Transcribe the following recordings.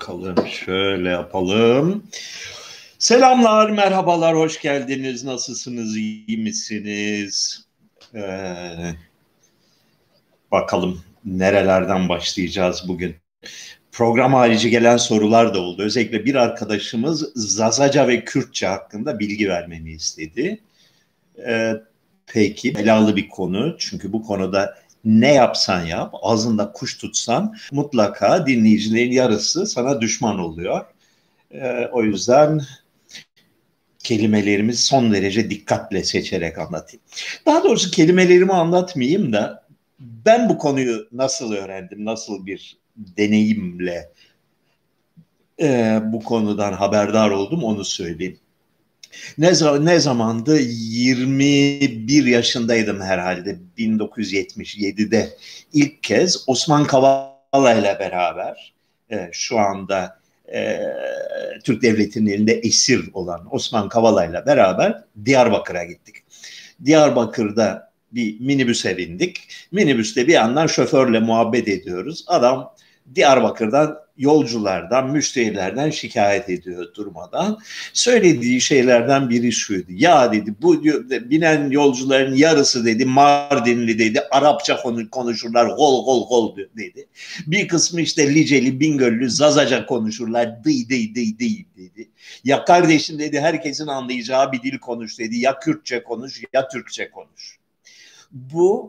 Bakalım şöyle yapalım. Selamlar, merhabalar, hoş geldiniz. Nasılsınız, iyi misiniz? Bakalım nerelerden başlayacağız bugün. Program harici gelen sorular da oldu. Özellikle bir arkadaşımız Zazaca ve Kürtçe hakkında bilgi vermemi istedi. Peki, belalı bir konu. Çünkü bu konuda ne yapsan yap, ağzında kuş tutsan mutlaka dinleyicilerin yarısı sana düşman oluyor. O yüzden kelimelerimi son derece dikkatle seçerek anlatayım. Daha doğrusu kelimelerimi anlatmayayım da ben bu konuyu nasıl öğrendim, nasıl bir deneyimle bu konudan haberdar oldum onu söyleyeyim. Ne zamandı? 21 yaşındaydım herhalde 1977'de ilk kez Osman Kavala ile beraber şu anda Türk Devleti'nin elinde esir olan Osman Kavala ile beraber Diyarbakır'a gittik. Diyarbakır'da bir minibüse bindik. Minibüste bir yandan şoförle muhabbet ediyoruz. Adam Diyarbakır'dan yolculardan, müşterilerden şikayet ediyor durmadan. Söylediği şeylerden biri şuydu. Ya dedi bu binen yolcuların yarısı dedi Mardinli dedi. Arapça konuşurlar. Gol gol gol dedi. Bir kısmı işte Liceli, Bingöllü, Zazaca konuşurlar. Dıy dıy dıy dıy dedi. Ya kardeşim dedi herkesin anlayacağı bir dil konuş dedi. Ya Kürtçe konuş ya Türkçe konuş. Bu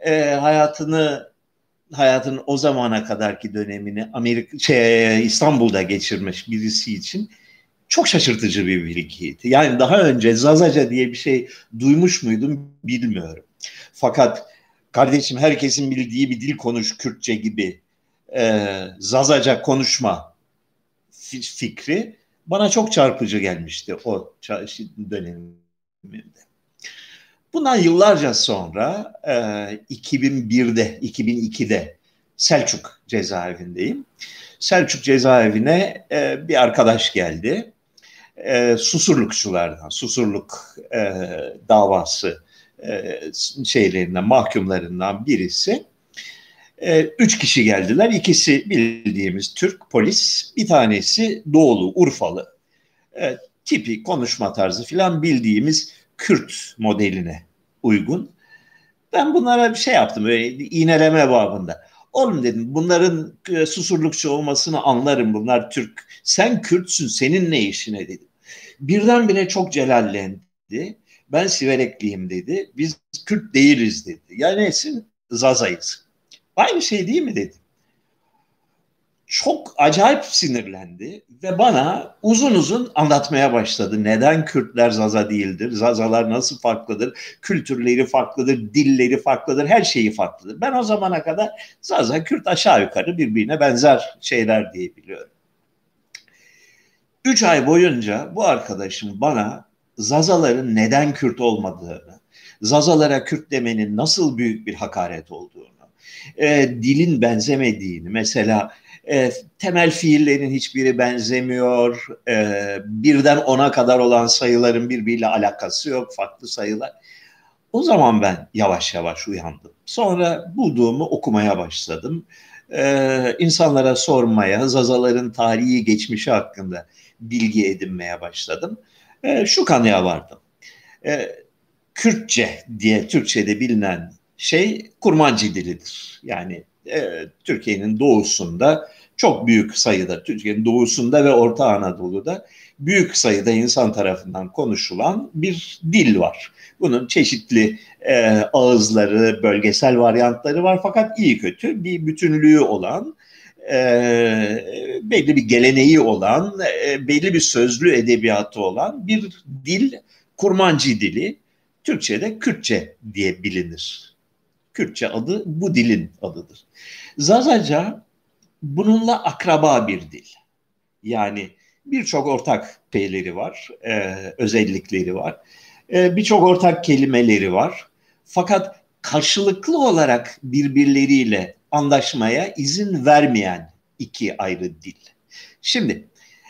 hayatın o zamana kadarki dönemini İstanbul'da geçirmiş birisi için çok şaşırtıcı bir bilgiydi. Yani daha önce Zazaca diye bir şey duymuş muydum bilmiyorum. Fakat kardeşim herkesin bildiği bir dil konuş Kürtçe gibi Zazaca konuşma fikri bana çok çarpıcı gelmişti o döneminde. Bundan yıllarca sonra 2001'de, 2002'de Selçuk cezaevindeyim. Selçuk cezaevine bir arkadaş geldi. Susurlukçulardan, Susurluk davası mahkumlarından birisi. 3 kişi geldiler. İkisi bildiğimiz Türk polis, bir tanesi Doğulu, Urfalı. Tipi, konuşma tarzı filan bildiğimiz Kürt modeline uygun. Ben bunlara bir şey yaptım böyle iğneleme babında. Oğlum dedim bunların Susurlukçu olmasını anlarım, bunlar Türk. Sen Kürtsün, senin ne işine dedim. Birdenbire çok celallendi. Ben Siverekliyim dedi. Biz Kürt değiliz dedi. Ya nesin? Zazayız. Aynı şey değil mi dedim. Çok acayip sinirlendi ve bana uzun uzun anlatmaya başladı. Neden Kürtler Zaza değildir? Zazalar nasıl farklıdır? Kültürleri farklıdır, dilleri farklıdır, her şeyi farklıdır. Ben o zamana kadar Zaza, Kürt aşağı yukarı birbirine benzer şeyler diye biliyorum. 3 ay boyunca bu arkadaşım bana Zazaların neden Kürt olmadığını, Zazalara Kürt demenin nasıl büyük bir hakaret olduğunu, dilin benzemediğini, mesela temel fiillerin hiçbiri benzemiyor, birden 10'a kadar olan sayıların birbiriyle alakası yok, farklı sayılar. O zaman ben yavaş yavaş uyandım. Sonra bulduğumu okumaya başladım. İnsanlara sormaya, Zazaların tarihi geçmişi hakkında bilgi edinmeye başladım. Şu kanıya vardım. Kürtçe diye Türkçe'de bilinen şey Kurmancı dilidir. Yani Türkiye'nin doğusunda çok büyük sayıda, Türkiye'nin doğusunda ve Orta Anadolu'da büyük sayıda insan tarafından konuşulan bir dil var. Bunun çeşitli ağızları, bölgesel varyantları var fakat iyi kötü bir bütünlüğü olan, belli bir geleneği olan, belli bir sözlü edebiyatı olan bir dil, Kurmancı dili. Türkçe'de Kürtçe diye bilinir. Kürtçe adı bu dilin adıdır. Zazaca bununla akraba bir dil. Yani birçok ortak şeyleri var, özellikleri var. Birçok ortak kelimeleri var. Fakat karşılıklı olarak birbirleriyle anlaşmaya izin vermeyen iki ayrı dil. Şimdi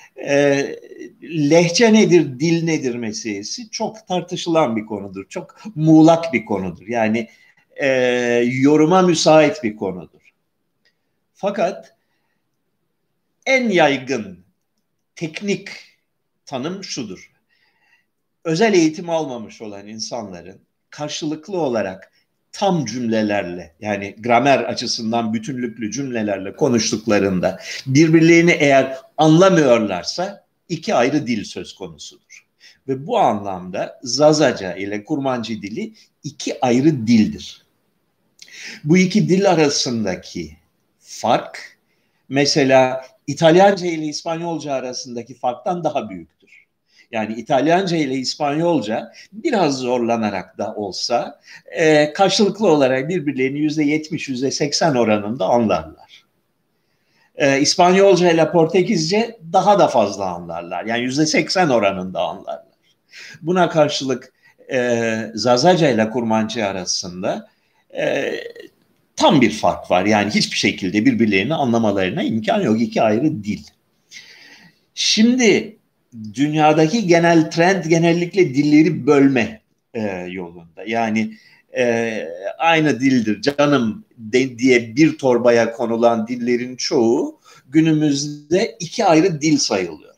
lehçe nedir, dil nedir meselesi çok tartışılan bir konudur. Çok muğlak bir konudur. Yani yoruma müsait bir konudur. Fakat En yaygın teknik tanım şudur: özel eğitim almamış olan insanların karşılıklı olarak tam cümlelerle, yani gramer açısından bütünlüklü cümlelerle konuştuklarında birbirlerini eğer anlamıyorlarsa iki ayrı dil söz konusudur. Ve bu anlamda Zazaca ile Kurmancı dili iki ayrı dildir. Bu iki dil arasındaki fark mesela İtalyanca ile İspanyolca arasındaki farktan daha büyüktür. Yani İtalyanca ile İspanyolca biraz zorlanarak da olsa karşılıklı olarak birbirlerini %70, %80 oranında anlarlar. İspanyolca ile Portekizce daha da fazla anlarlar. Yani %80 oranında anlarlar. Buna karşılık Zazaca ile Kurmancı arasında tam bir fark var. Yani hiçbir şekilde birbirlerini anlamalarına imkan yok. İki ayrı dil. Şimdi dünyadaki genel trend genellikle dilleri bölme yolunda. Yani aynı dildir canım diye bir torbaya konulan dillerin çoğu günümüzde iki ayrı dil sayılıyor.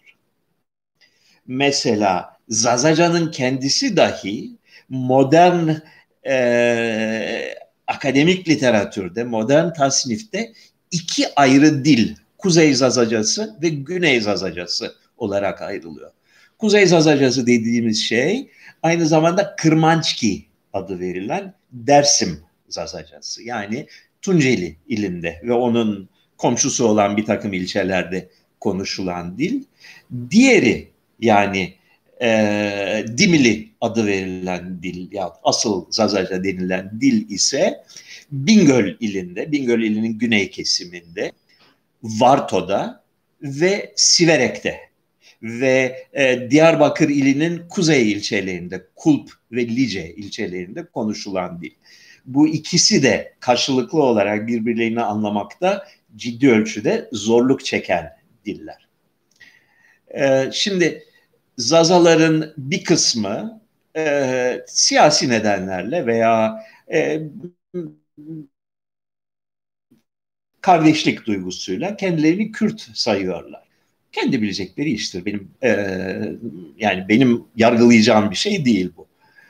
Mesela Zazaca'nın kendisi dahi modern akademik literatürde, modern tasnifte iki ayrı dil, Kuzey Zazacası ve Güney Zazacası olarak ayrılıyor. Kuzey Zazacası dediğimiz şey aynı zamanda Kırmançki adı verilen Dersim Zazacası. Yani Tunceli ilinde ve onun komşusu olan bir takım ilçelerde konuşulan dil. Diğeri, yani Dimili adı verilen dil, ya asıl Zazaca denilen dil ise Bingöl ilinde, Bingöl ilinin güney kesiminde, Varto'da ve Siverek'te ve Diyarbakır ilinin kuzey ilçelerinde, Kulp ve Lice ilçelerinde konuşulan dil. Bu ikisi de karşılıklı olarak birbirlerini anlamakta ciddi ölçüde zorluk çeken diller. Şimdi Zazaların bir kısmı siyasi nedenlerle veya kardeşlik duygusuyla kendilerini Kürt sayıyorlar. Kendi bilecekleri iştir. Yani benim yargılayacağım bir şey değil bu.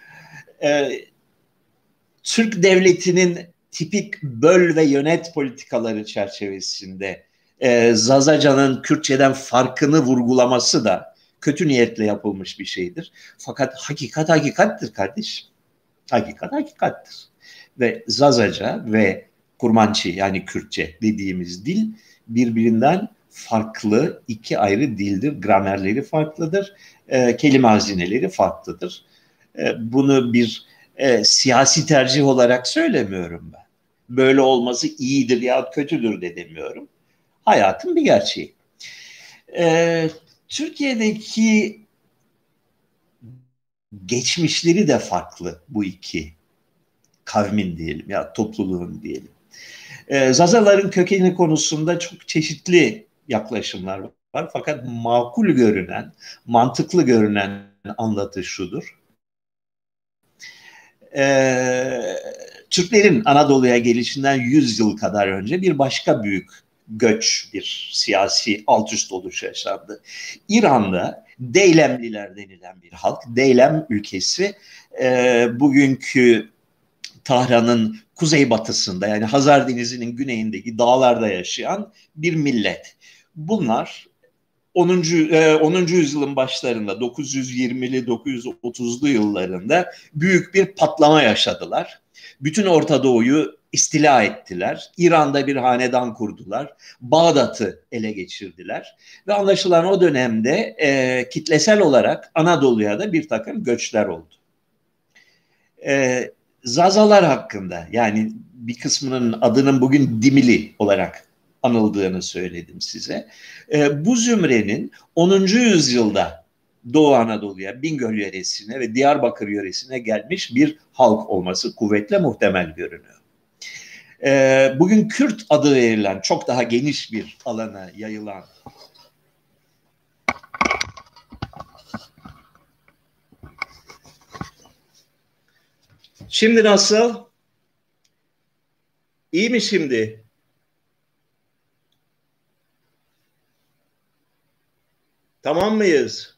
Türk devletinin tipik böl ve yönet politikaları çerçevesinde Zazaca'nın Kürtçeden farkını vurgulaması da kötü niyetle yapılmış bir şeydir. Fakat hakikat hakikattir kardeşim. Hakikat hakikattir. Ve Zazaca ve Kurmançı, yani Kürtçe dediğimiz dil birbirinden farklı iki ayrı dildir. Gramerleri farklıdır. Kelime hazineleri farklıdır. Bunu bir siyasi tercih olarak söylemiyorum ben. Böyle olması iyidir ya kötüdür de demiyorum. Hayatın bir gerçeği. Türkiye'deki geçmişleri de farklı bu iki kavmin diyelim ya topluluğun diyelim. Zazaların kökeni konusunda çok çeşitli yaklaşımlar var. Fakat makul görünen, mantıklı görünen anlatı şudur. Türklerin Anadolu'ya gelişinden 100 yıl kadar önce bir başka büyük göç, bir siyasi alt üst oluş yaşandı. İran'da Deylemliler denilen bir halk, Deylem ülkesi bugünkü Tahran'ın kuzeybatısında, yani Hazar Denizi'nin güneyindeki dağlarda yaşayan bir millet. Bunlar 10. yüzyılın başlarında 920'li 930'lu yıllarında büyük bir patlama yaşadılar. Bütün Orta Doğu'yu istila ettiler. İran'da bir hanedan kurdular. Bağdat'ı ele geçirdiler. Ve anlaşılan o dönemde kitlesel olarak Anadolu'ya da bir takım göçler oldu. Zazalar hakkında, yani bir kısmının adının bugün Dimili olarak anıldığını söyledim size. Bu zümrenin 10. yüzyılda Doğu Anadolu'ya, Bingöl yöresine ve Diyarbakır yöresine gelmiş bir halk olması kuvvetle muhtemel görünüyor. Bugün Kürt adı verilen, çok daha geniş bir alana yayılan Şimdi nasıl? İyi mi şimdi? Tamam mıyız?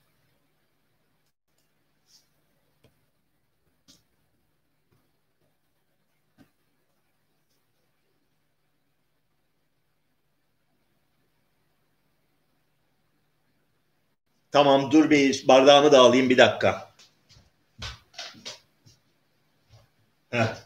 Tamam, dur bir bardağımı da alayım bir dakika. Heh.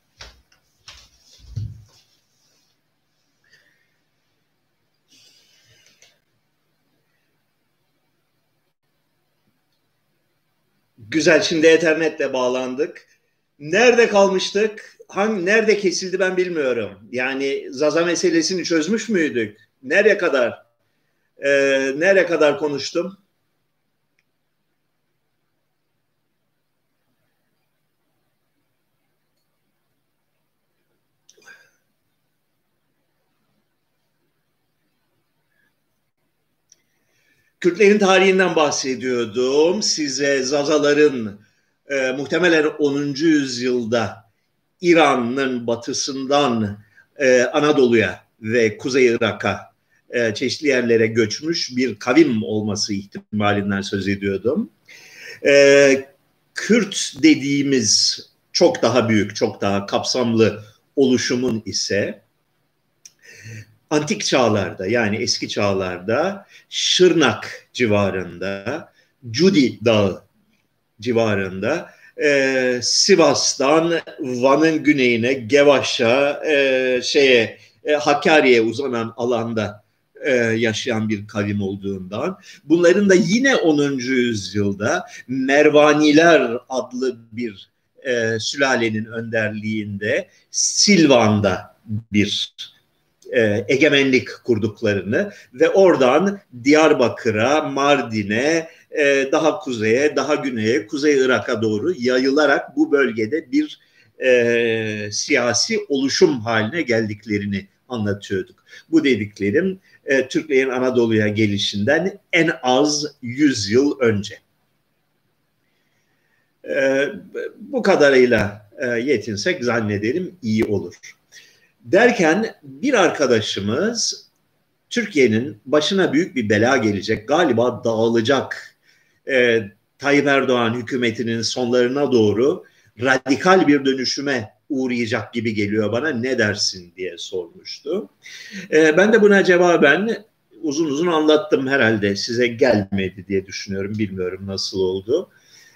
Güzel, şimdi ethernetle bağlandık. Nerede kalmıştık? Nerede kesildi ben bilmiyorum. Yani Zaza meselesini çözmüş müydük? Nereye kadar? Nereye kadar konuştum? Kürtlerin tarihinden bahsediyordum. Size Zazaların muhtemelen 10. yüzyılda İran'ın batısından Anadolu'ya ve Kuzey Irak'a çeşitli yerlere göçmüş bir kavim olması ihtimalinden söz ediyordum. Kürt dediğimiz çok daha büyük, çok daha kapsamlı oluşumun ise antik çağlarda, yani eski çağlarda Şırnak civarında, Cudi Dağı civarında, Sivas'tan Van'ın güneyine, Gevaş'a, Hakkari'ye uzanan alanda yaşayan bir kavim olduğundan, bunların da yine 10. yüzyılda Mervaniler adlı bir sülalenin önderliğinde Silvan'da bir egemenlik kurduklarını ve oradan Diyarbakır'a, Mardin'e, daha kuzeye, daha güneye, Kuzey Irak'a doğru yayılarak bu bölgede bir siyasi oluşum haline geldiklerini anlatıyorduk. Bu dediklerim Türklerin Anadolu'ya gelişinden en az 100 yıl önce. Bu kadarıyla yetinsek zannederim iyi olur. Derken bir arkadaşımız Türkiye'nin başına büyük bir bela gelecek, galiba dağılacak, Tayyip Erdoğan hükümetinin sonlarına doğru radikal bir dönüşüme uğrayacak gibi geliyor bana, ne dersin diye sormuştu. Ben de buna cevaben uzun uzun anlattım, herhalde size gelmedi diye düşünüyorum, bilmiyorum nasıl oldu.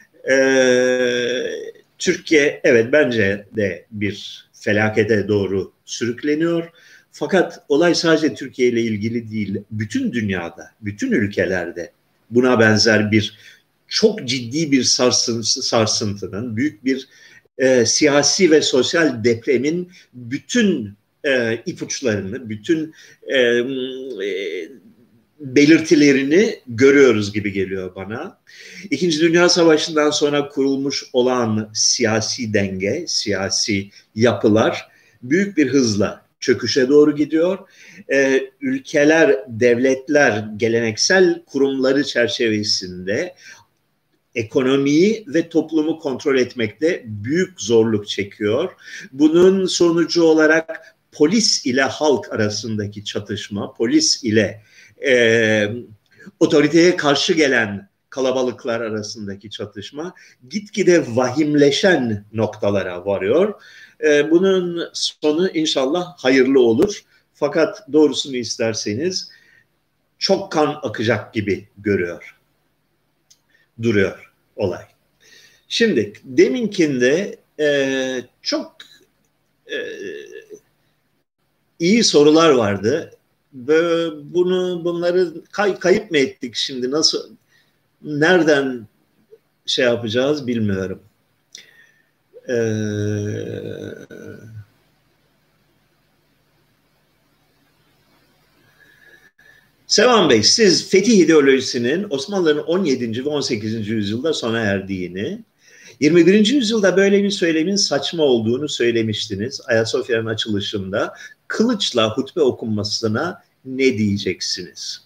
Türkiye evet bence de bir felakete doğru sürükleniyor. Fakat olay sadece Türkiye ile ilgili değil, bütün dünyada, bütün ülkelerde buna benzer bir çok ciddi bir sarsıntının, büyük bir siyasi ve sosyal depremin bütün ipuçlarını, bütün belirtilerini görüyoruz gibi geliyor bana. İkinci Dünya Savaşı'ndan sonra kurulmuş olan siyasi denge, siyasi yapılar büyük bir hızla çöküşe doğru gidiyor. Ülkeler, devletler geleneksel kurumları çerçevesinde ekonomiyi ve toplumu kontrol etmekte büyük zorluk çekiyor. Bunun sonucu olarak polis ile halk arasındaki çatışma, polis ile otoriteye karşı gelen kalabalıklar arasındaki çatışma gitgide vahimleşen noktalara varıyor. Bunun sonu inşallah hayırlı olur. Fakat doğrusunu isterseniz çok kan akacak gibi duruyor olay. Şimdi deminkinde çok iyi sorular vardı. Bunları kayıp mı ettik şimdi? Nasıl, nereden şey yapacağız bilmiyorum. Sevan Bey, siz fetih ideolojisinin Osmanlıların 17. ve 18. yüzyılda sona erdiğini, 21. yüzyılda böyle bir söylemin saçma olduğunu söylemiştiniz Ayasofya'nın açılışında. Kılıçla hutbe okunmasına ne diyeceksiniz?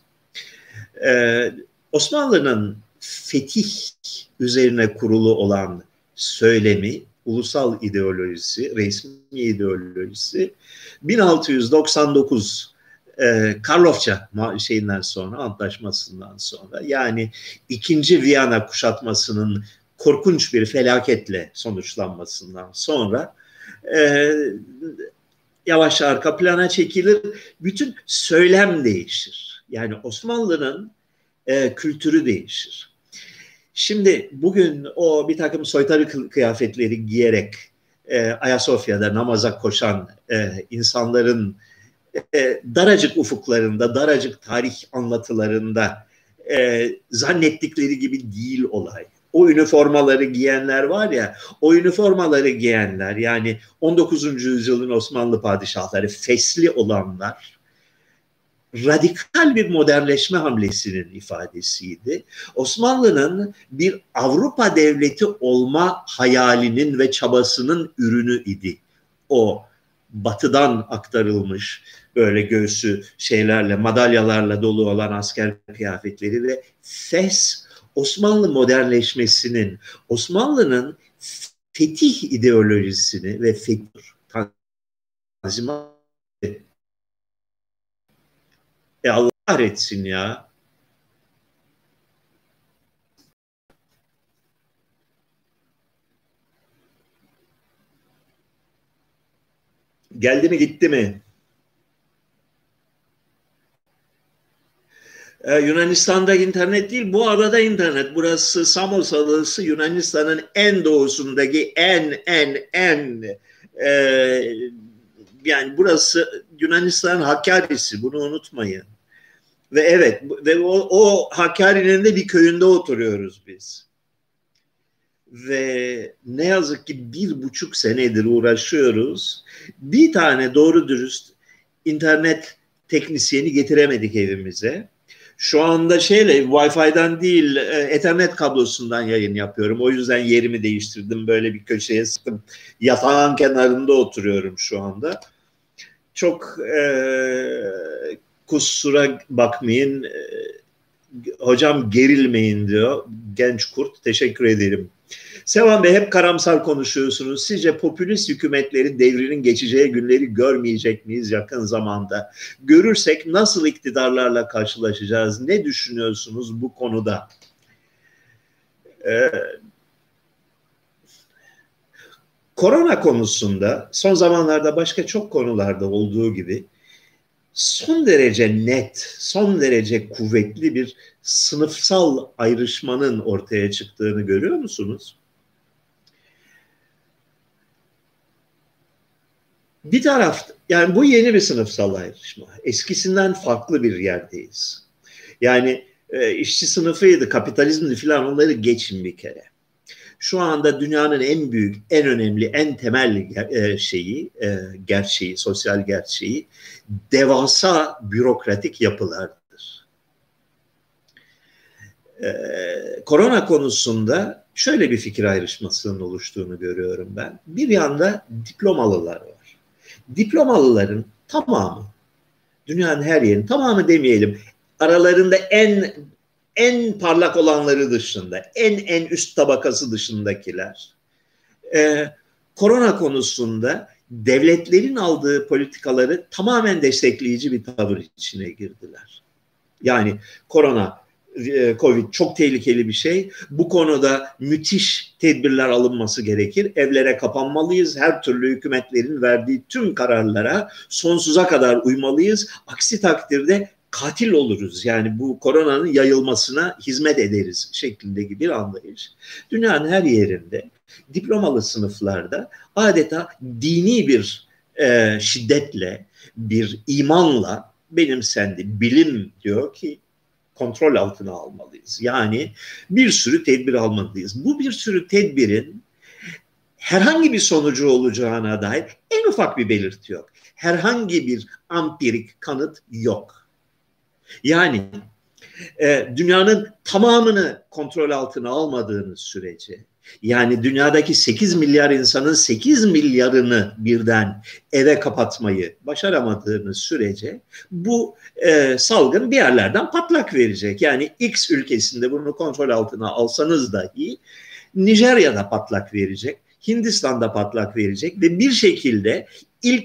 Osmanlı'nın fetih üzerine kurulu olan söylemi, ulusal ideolojisi, resmi ideolojisi 1699 Karlofça şeyinden sonra, antlaşmasından sonra, yani ikinci Viyana kuşatmasının korkunç bir felaketle sonuçlanmasından sonra yavaş arka plana çekilir. Bütün söylem değişir. Yani Osmanlı'nın kültürü değişir. Şimdi bugün o bir takım soytarı kıyafetleri giyerek Ayasofya'da namaza koşan insanların daracık ufuklarında, daracık tarih anlatılarında zannettikleri gibi değil olay. O üniformaları giyenler var ya, o üniformaları giyenler, yani 19. yüzyılın Osmanlı padişahları, fesli olanlar, radikal bir modernleşme hamlesinin ifadesiydi. Osmanlı'nın bir Avrupa devleti olma hayalinin ve çabasının ürünü idi. O batıdan aktarılmış böyle göğsü şeylerle, madalyalarla dolu olan asker kıyafetleri ve fes, Osmanlı modernleşmesinin, Osmanlı'nın fetih ideolojisini ve fetih tanzimat, Allah kahretsin ya. Geldi mi gitti mi? Yunanistan'da internet değil, bu arada internet. Burası Samos Adası, Yunanistan'ın en doğusundaki e, yani burası Yunanistan Hakkari'si, bunu unutmayın. Ve evet, ve o Hakkari'nin de bir köyünde oturuyoruz biz. Ve ne yazık ki 1,5 senedir uğraşıyoruz. Bir tane doğru dürüst internet teknisyeni getiremedik evimize. Şu anda Wi-Fi'den değil, Ethernet kablosundan yayın yapıyorum. O yüzden yerimi değiştirdim. Böyle bir köşeye sıktım. Yatağın kenarında oturuyorum şu anda. Çok kusura bakmayın. Hocam gerilmeyin diyor genç kurt. Teşekkür ederim. Sevan Bey, hep karamsar konuşuyorsunuz. Sizce popülist hükümetlerin devrinin geçeceği günleri görmeyecek miyiz yakın zamanda? Görürsek nasıl iktidarlarla karşılaşacağız? Ne düşünüyorsunuz bu konuda? Korona konusunda son zamanlarda başka çok konularda olduğu gibi son derece net, son derece kuvvetli bir sınıfsal ayrışmanın ortaya çıktığını görüyor musunuz? Bir tarafta, yani bu yeni bir sınıfsal ayrışma. Eskisinden farklı bir yerdeyiz. Yani işçi sınıfıydı, kapitalizmdi filan, onları geçin bir kere. Şu anda dünyanın en büyük, en önemli, en temel gerçeği, sosyal gerçeği devasa bürokratik yapılardır. Korona konusunda şöyle bir fikir ayrışmasının oluştuğunu görüyorum ben. Bir yanda diplomalılar var. Diplomalıların tamamı, dünyanın her yerinin tamamı demeyelim, aralarında en parlak olanları dışında, en üst tabakası dışındakiler, korona konusunda devletlerin aldığı politikaları tamamen destekleyici bir tavır içine girdiler. Yani Covid çok tehlikeli bir şey. Bu konuda müthiş tedbirler alınması gerekir. Evlere kapanmalıyız. Her türlü hükümetlerin verdiği tüm kararlara sonsuza kadar uymalıyız. Aksi takdirde katil oluruz. Yani bu koronanın yayılmasına hizmet ederiz şeklindeki bir anlayış. Dünyanın her yerinde diplomalı sınıflarda adeta dini bir şiddetle, bir imanla benimsendi. Bilim diyor ki kontrol altına almalıyız. Yani bir sürü tedbir almalıyız. Bu bir sürü tedbirin herhangi bir sonucu olacağına dair en ufak bir belirti yok. Herhangi bir ampirik kanıt yok. Yani dünyanın tamamını kontrol altına almadığınız sürece, yani dünyadaki 8 milyar insanın 8 milyarını birden eve kapatmayı başaramadığınız sürece bu salgın bir yerlerden patlak verecek. Yani X ülkesinde bunu kontrol altına alsanız dahi Nijerya'da patlak verecek, Hindistan'da patlak verecek ve bir şekilde ilk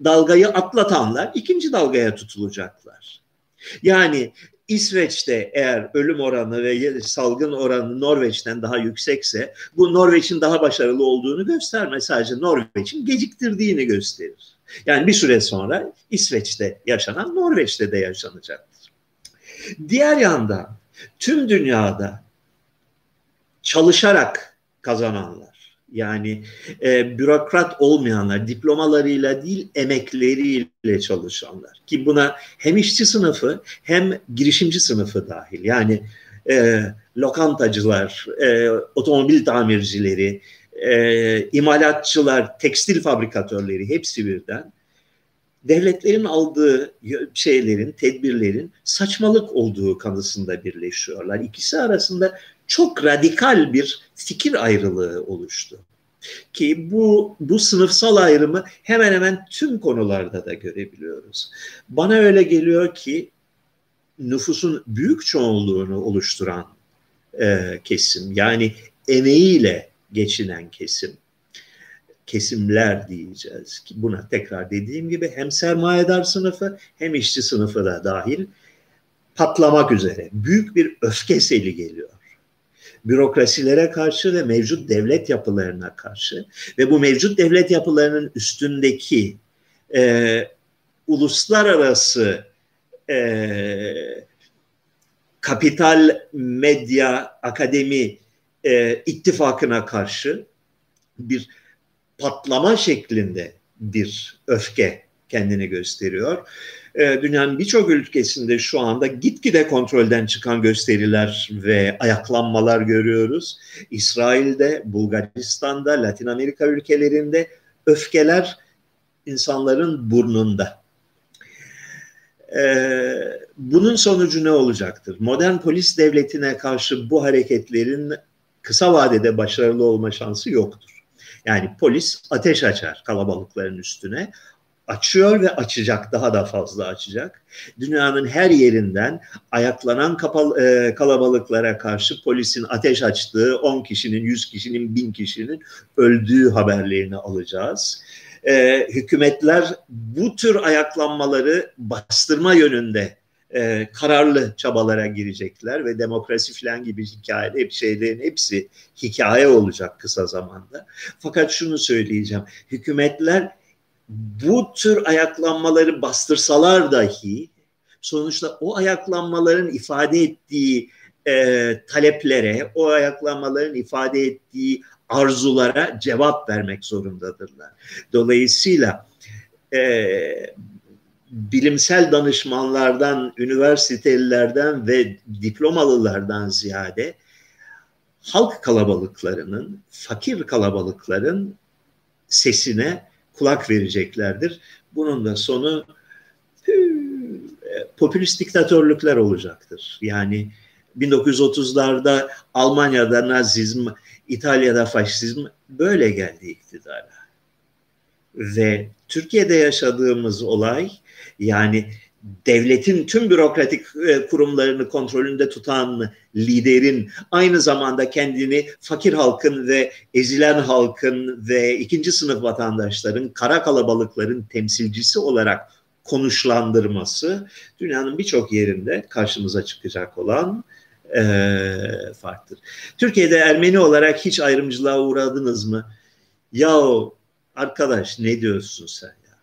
dalgayı atlatanlar ikinci dalgaya tutulacaklar. Yani İsveç'te eğer ölüm oranı ve salgın oranı Norveç'ten daha yüksekse bu Norveç'in daha başarılı olduğunu göstermez. Sadece Norveç'in geciktirdiğini gösterir. Yani bir süre sonra İsveç'te yaşanan Norveç'te de yaşanacaktır. Diğer yandan tüm dünyada çalışarak kazananlar, yani bürokrat olmayanlar, diplomalarıyla değil emekleriyle çalışanlar, ki buna hem işçi sınıfı hem girişimci sınıfı dahil, yani lokantacılar, otomobil tamircileri, imalatçılar, tekstil fabrikatörleri, hepsi birden devletlerin aldığı şeylerin, tedbirlerin saçmalık olduğu kanısında birleşiyorlar. İkisi arasında çok radikal bir fikir ayrılığı oluştu. Ki bu sınıfsal ayrımı hemen hemen tüm konularda da görebiliyoruz. Bana öyle geliyor ki nüfusun büyük çoğunluğunu oluşturan kesim, yani emeğiyle geçinen kesimler diyeceğiz ki buna tekrar dediğim gibi hem sermayedar sınıfı hem işçi sınıfı da dahil patlamak üzere. Büyük bir öfke seli geliyor. Bürokrasilere karşı ve mevcut devlet yapılarına karşı ve bu mevcut devlet yapılarının üstündeki uluslararası kapital, medya, akademi ittifakına karşı bir patlama şeklinde bir öfke kendini gösteriyor. Dünyanın birçok ülkesinde şu anda gitgide kontrolden çıkan gösteriler ve ayaklanmalar görüyoruz. İsrail'de, Bulgaristan'da, Latin Amerika ülkelerinde öfkeler insanların burnunda. Bunun sonucu ne olacaktır? Modern polis devletine karşı bu hareketlerin kısa vadede başarılı olma şansı yoktur. Yani polis ateş açar kalabalıkların üstüne. Açıyor ve açacak, daha da fazla açacak. Dünyanın her yerinden ayaklanan kalabalıklara karşı polisin ateş açtığı 10 kişinin, 100 kişinin, 1000 kişinin öldüğü haberlerini alacağız. Hükümetler bu tür ayaklanmaları bastırma yönünde kararlı çabalara girecekler ve demokrasi falan gibi şeylerin hepsi hikaye olacak kısa zamanda. Fakat şunu söyleyeceğim, hükümetler bu tür ayaklanmaları bastırsalar dahi sonuçta o ayaklanmaların ifade ettiği taleplere, o ayaklanmaların ifade ettiği arzulara cevap vermek zorundadırlar. Dolayısıyla bilimsel danışmanlardan, üniversitelilerden ve diplomalılardan ziyade halk kalabalıklarının, fakir kalabalıkların sesine kulak vereceklerdir. Bunun da sonu popülist diktatörlükler olacaktır. Yani 1930'larda Almanya'da Nazizm, İtalya'da faşizm böyle geldi iktidara. Ve Türkiye'de yaşadığımız olay, yani devletin tüm bürokratik kurumlarını kontrolünde tutan liderin aynı zamanda kendini fakir halkın ve ezilen halkın ve ikinci sınıf vatandaşların, kara kalabalıkların temsilcisi olarak konuşlandırması dünyanın birçok yerinde karşımıza çıkacak olan farktır. Türkiye'de Ermeni olarak hiç ayrımcılığa uğradınız mı? Yahu arkadaş ne diyorsun sen ya?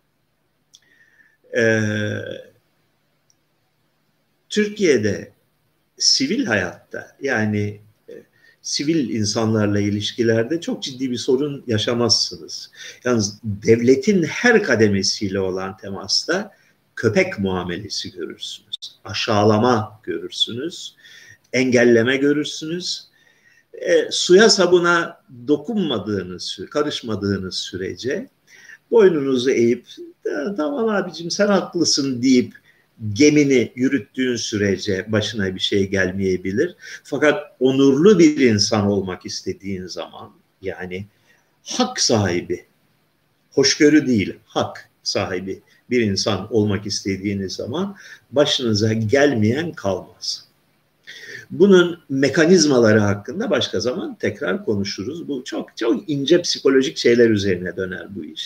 Türkiye'de sivil hayatta, yani sivil insanlarla ilişkilerde çok ciddi bir sorun yaşamazsınız. Yalnız devletin her kademesiyle olan temasta köpek muamelesi görürsünüz. Aşağılama görürsünüz. Engelleme görürsünüz. Suya sabuna dokunmadığınız, karışmadığınız sürece boynunuzu eğip tamam abicim sen haklısın deyip gemini yürüttüğün sürece başına bir şey gelmeyebilir. Fakat onurlu bir insan olmak istediğin zaman, yani hak sahibi, hoşgörü değil, hak sahibi bir insan olmak istediğiniz zaman başınıza gelmeyen kalmaz. Bunun mekanizmaları hakkında başka zaman tekrar konuşuruz. Bu çok çok ince psikolojik şeyler üzerine döner bu iş.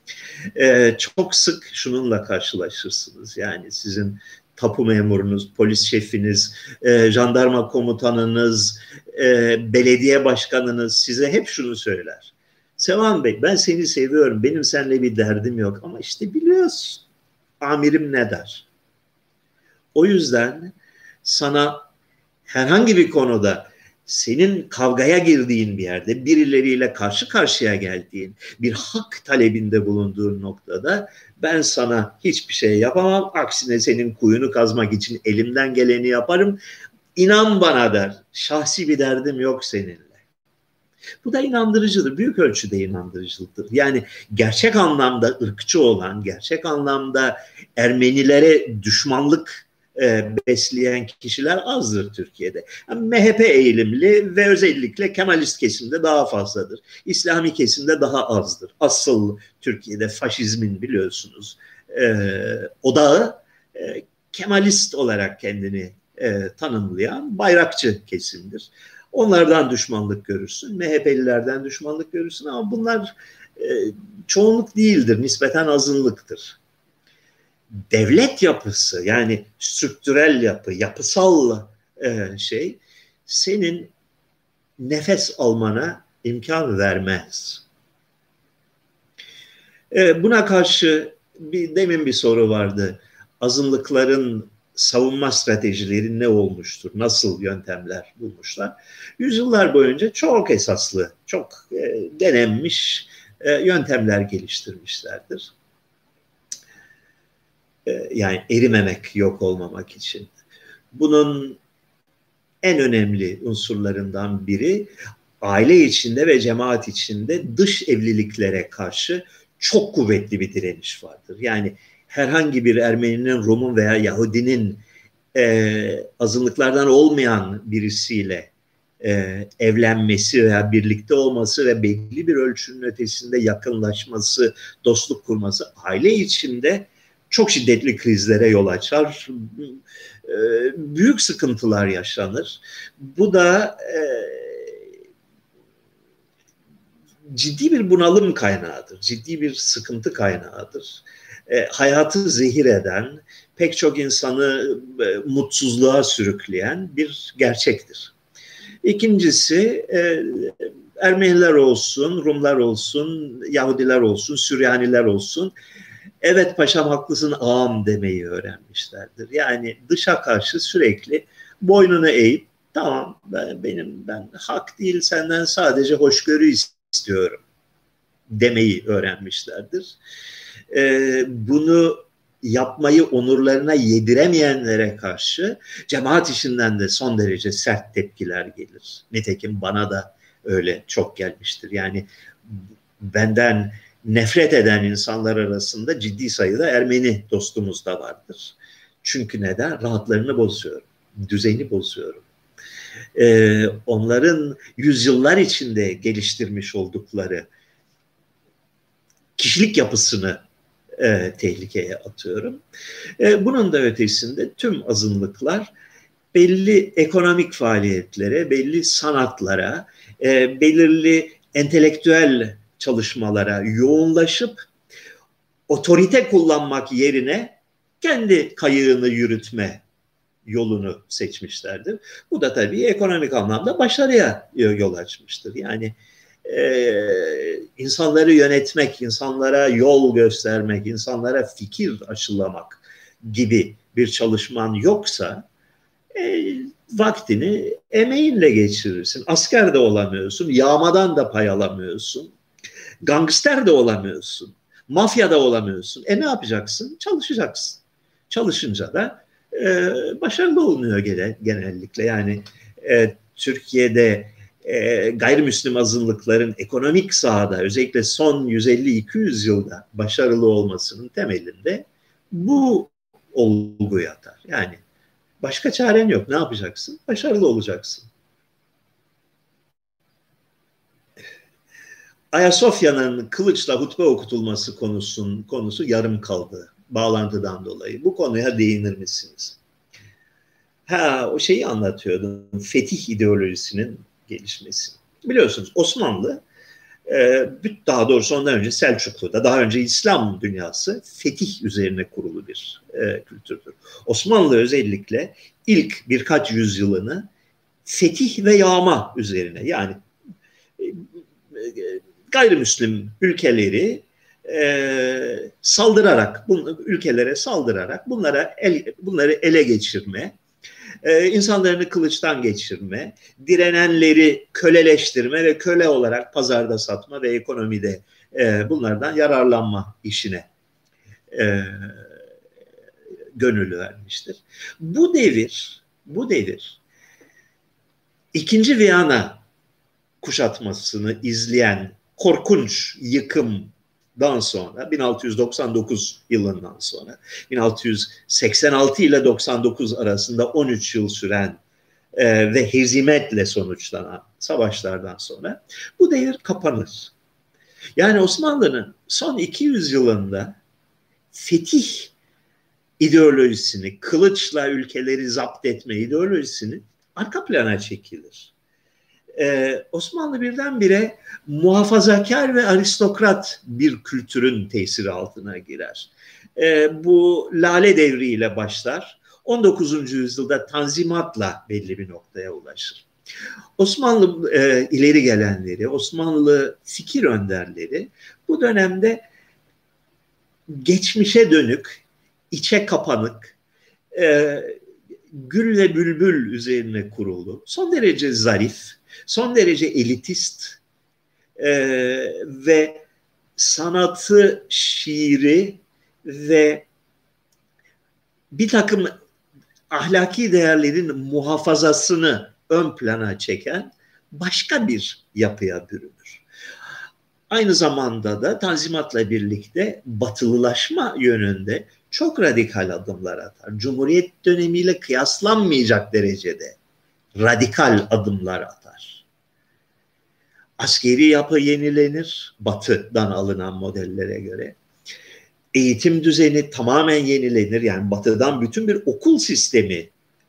Çok sık şununla karşılaşırsınız. Yani sizin tapu memurunuz, polis şefiniz, jandarma komutanınız, belediye başkanınız size hep şunu söyler. Sevan Bey, ben seni seviyorum, benim seninle bir derdim yok ama işte biliyorsun amirim ne der. O yüzden sana herhangi bir konuda senin kavgaya girdiğin bir yerde, birileriyle karşı karşıya geldiğin, bir hak talebinde bulunduğun noktada ben sana hiçbir şey yapamam. Aksine senin kuyunu kazmak için elimden geleni yaparım. İnan bana der. Şahsi bir derdim yok seninle. Bu da inandırıcıdır. Büyük ölçüde inandırıcıdır. Yani gerçek anlamda ırkçı olan, gerçek anlamda Ermenilere düşmanlık besleyen kişiler azdır Türkiye'de. Yani MHP eğilimli ve özellikle Kemalist kesimde daha fazladır. İslami kesimde daha azdır. Asıl Türkiye'de faşizmin biliyorsunuz odağı Kemalist olarak kendini tanımlayan bayrakçı kesimdir. Onlardan düşmanlık görürsün, MHP'lilerden düşmanlık görürsün ama bunlar çoğunluk değildir, nispeten azınlıktır. Devlet yapısı yani strüktürel yapı, yapısal şey senin nefes almana imkan vermez. Buna karşı demin bir soru vardı. Azınlıkların savunma stratejileri ne olmuştur? Nasıl yöntemler bulmuşlar? Yüzyıllar boyunca çok esaslı, çok denenmiş yöntemler geliştirmişlerdir. Yani erimemek, yok olmamak için. Bunun en önemli unsurlarından biri aile içinde ve cemaat içinde dış evliliklere karşı çok kuvvetli bir direniş vardır. Yani herhangi bir Ermeninin, Rum'un veya Yahudinin azınlıklardan olmayan birisiyle evlenmesi veya birlikte olması ve belli bir ölçünün ötesinde yakınlaşması, dostluk kurması aile içinde çok şiddetli krizlere yol açar. Büyük sıkıntılar yaşanır. Bu da ciddi bir bunalım kaynağıdır. Ciddi bir sıkıntı kaynağıdır. Hayatı zehir eden, pek çok insanı mutsuzluğa sürükleyen bir gerçektir. İkincisi, Ermeniler olsun, Rumlar olsun, Yahudiler olsun, Süryaniler olsun, evet paşam haklısın ağam demeyi öğrenmişlerdir. Yani dışa karşı sürekli boynunu eğip tamam ben hak değil senden sadece hoşgörü istiyorum demeyi öğrenmişlerdir. Bunu yapmayı onurlarına yediremeyenlere karşı cemaat işinden de son derece sert tepkiler gelir. Nitekim bana da öyle çok gelmiştir. Yani benden nefret eden insanlar arasında ciddi sayıda Ermeni dostumuz da vardır. Çünkü neden? Rahatlarını bozuyorum, düzeni bozuyorum. Onların yüzyıllar içinde geliştirmiş oldukları kişilik yapısını tehlikeye atıyorum. Bunun da ötesinde tüm azınlıklar belli ekonomik faaliyetlere, belli sanatlara, belirli entelektüel çalışmalara yoğunlaşıp otorite kullanmak yerine kendi kayığını yürütme yolunu seçmişlerdir. Bu da tabii ekonomik anlamda başarıya yol açmıştır. Yani insanları yönetmek, insanlara yol göstermek, insanlara fikir aşılamak gibi bir çalışman yoksa vaktini emeğinle geçirirsin. Asker de olamıyorsun, yağmadan da pay alamıyorsun, gangster de olamıyorsun, mafya da olamıyorsun. Ne yapacaksın? Çalışacaksın. Çalışınca da başarılı olunuyor genellikle. Yani Türkiye'de gayrimüslim azınlıkların ekonomik sahada özellikle son 150-200 yılda başarılı olmasının temelinde bu olgu yatar. Yani başka çaren yok. Ne yapacaksın? Başarılı olacaksın. Ayasofya'nın kılıçla hutbe okutulması konusu yarım kaldı bağlantıdan dolayı. Bu konuya değinir misiniz? O şeyi anlatıyordum. Fetih ideolojisinin gelişmesi. Biliyorsunuz Osmanlı Daha doğrusu ondan önce Selçuklu'da, daha önce İslam dünyası fetih üzerine kurulu bir kültürdür. Osmanlı özellikle ilk birkaç yüzyılını fetih ve yağma üzerine, yani gayrimüslim ülkeleri saldırarak, ülkelere saldırarak bunları ele geçirme, insanlarını kılıçtan geçirme, direnenleri köleleştirme ve köle olarak pazarda satma ve ekonomide bunlardan yararlanma işine gönül vermiştir. Bu devir İkinci Viyana kuşatmasını izleyen korkunç yıkımdan sonra, 1699 yılından sonra, 1686 ile 99 arasında 13 yıl süren ve hezimetle sonuçlanan savaşlardan sonra bu devir kapanır. Yani Osmanlı'nın son 200 yılında fetih ideolojisini, kılıçla ülkeleri zapt etme ideolojisini arka plana çekilir. Osmanlı birdenbire muhafazakar ve aristokrat bir kültürün tesiri altına girer. Bu Lale devriyle başlar. 19. yüzyılda Tanzimat'la belli bir noktaya ulaşır. Osmanlı ileri gelenleri, Osmanlı fikir önderleri bu dönemde geçmişe dönük, içe kapanık, gül ve bülbül üzerine kurulu, son derece zarif, son derece elitist ve sanatı, şiiri ve bir takım ahlaki değerlerin muhafazasını ön plana çeken başka bir yapıya bürünür. Aynı zamanda da Tanzimat'la birlikte batılılaşma yönünde çok radikal adımlar atar. Cumhuriyet dönemiyle kıyaslanmayacak derecede radikal adımlar atar. Askeri yapı yenilenir, Batı'dan alınan modellere göre. Eğitim düzeni tamamen yenilenir, yani Batı'dan bütün bir okul sistemi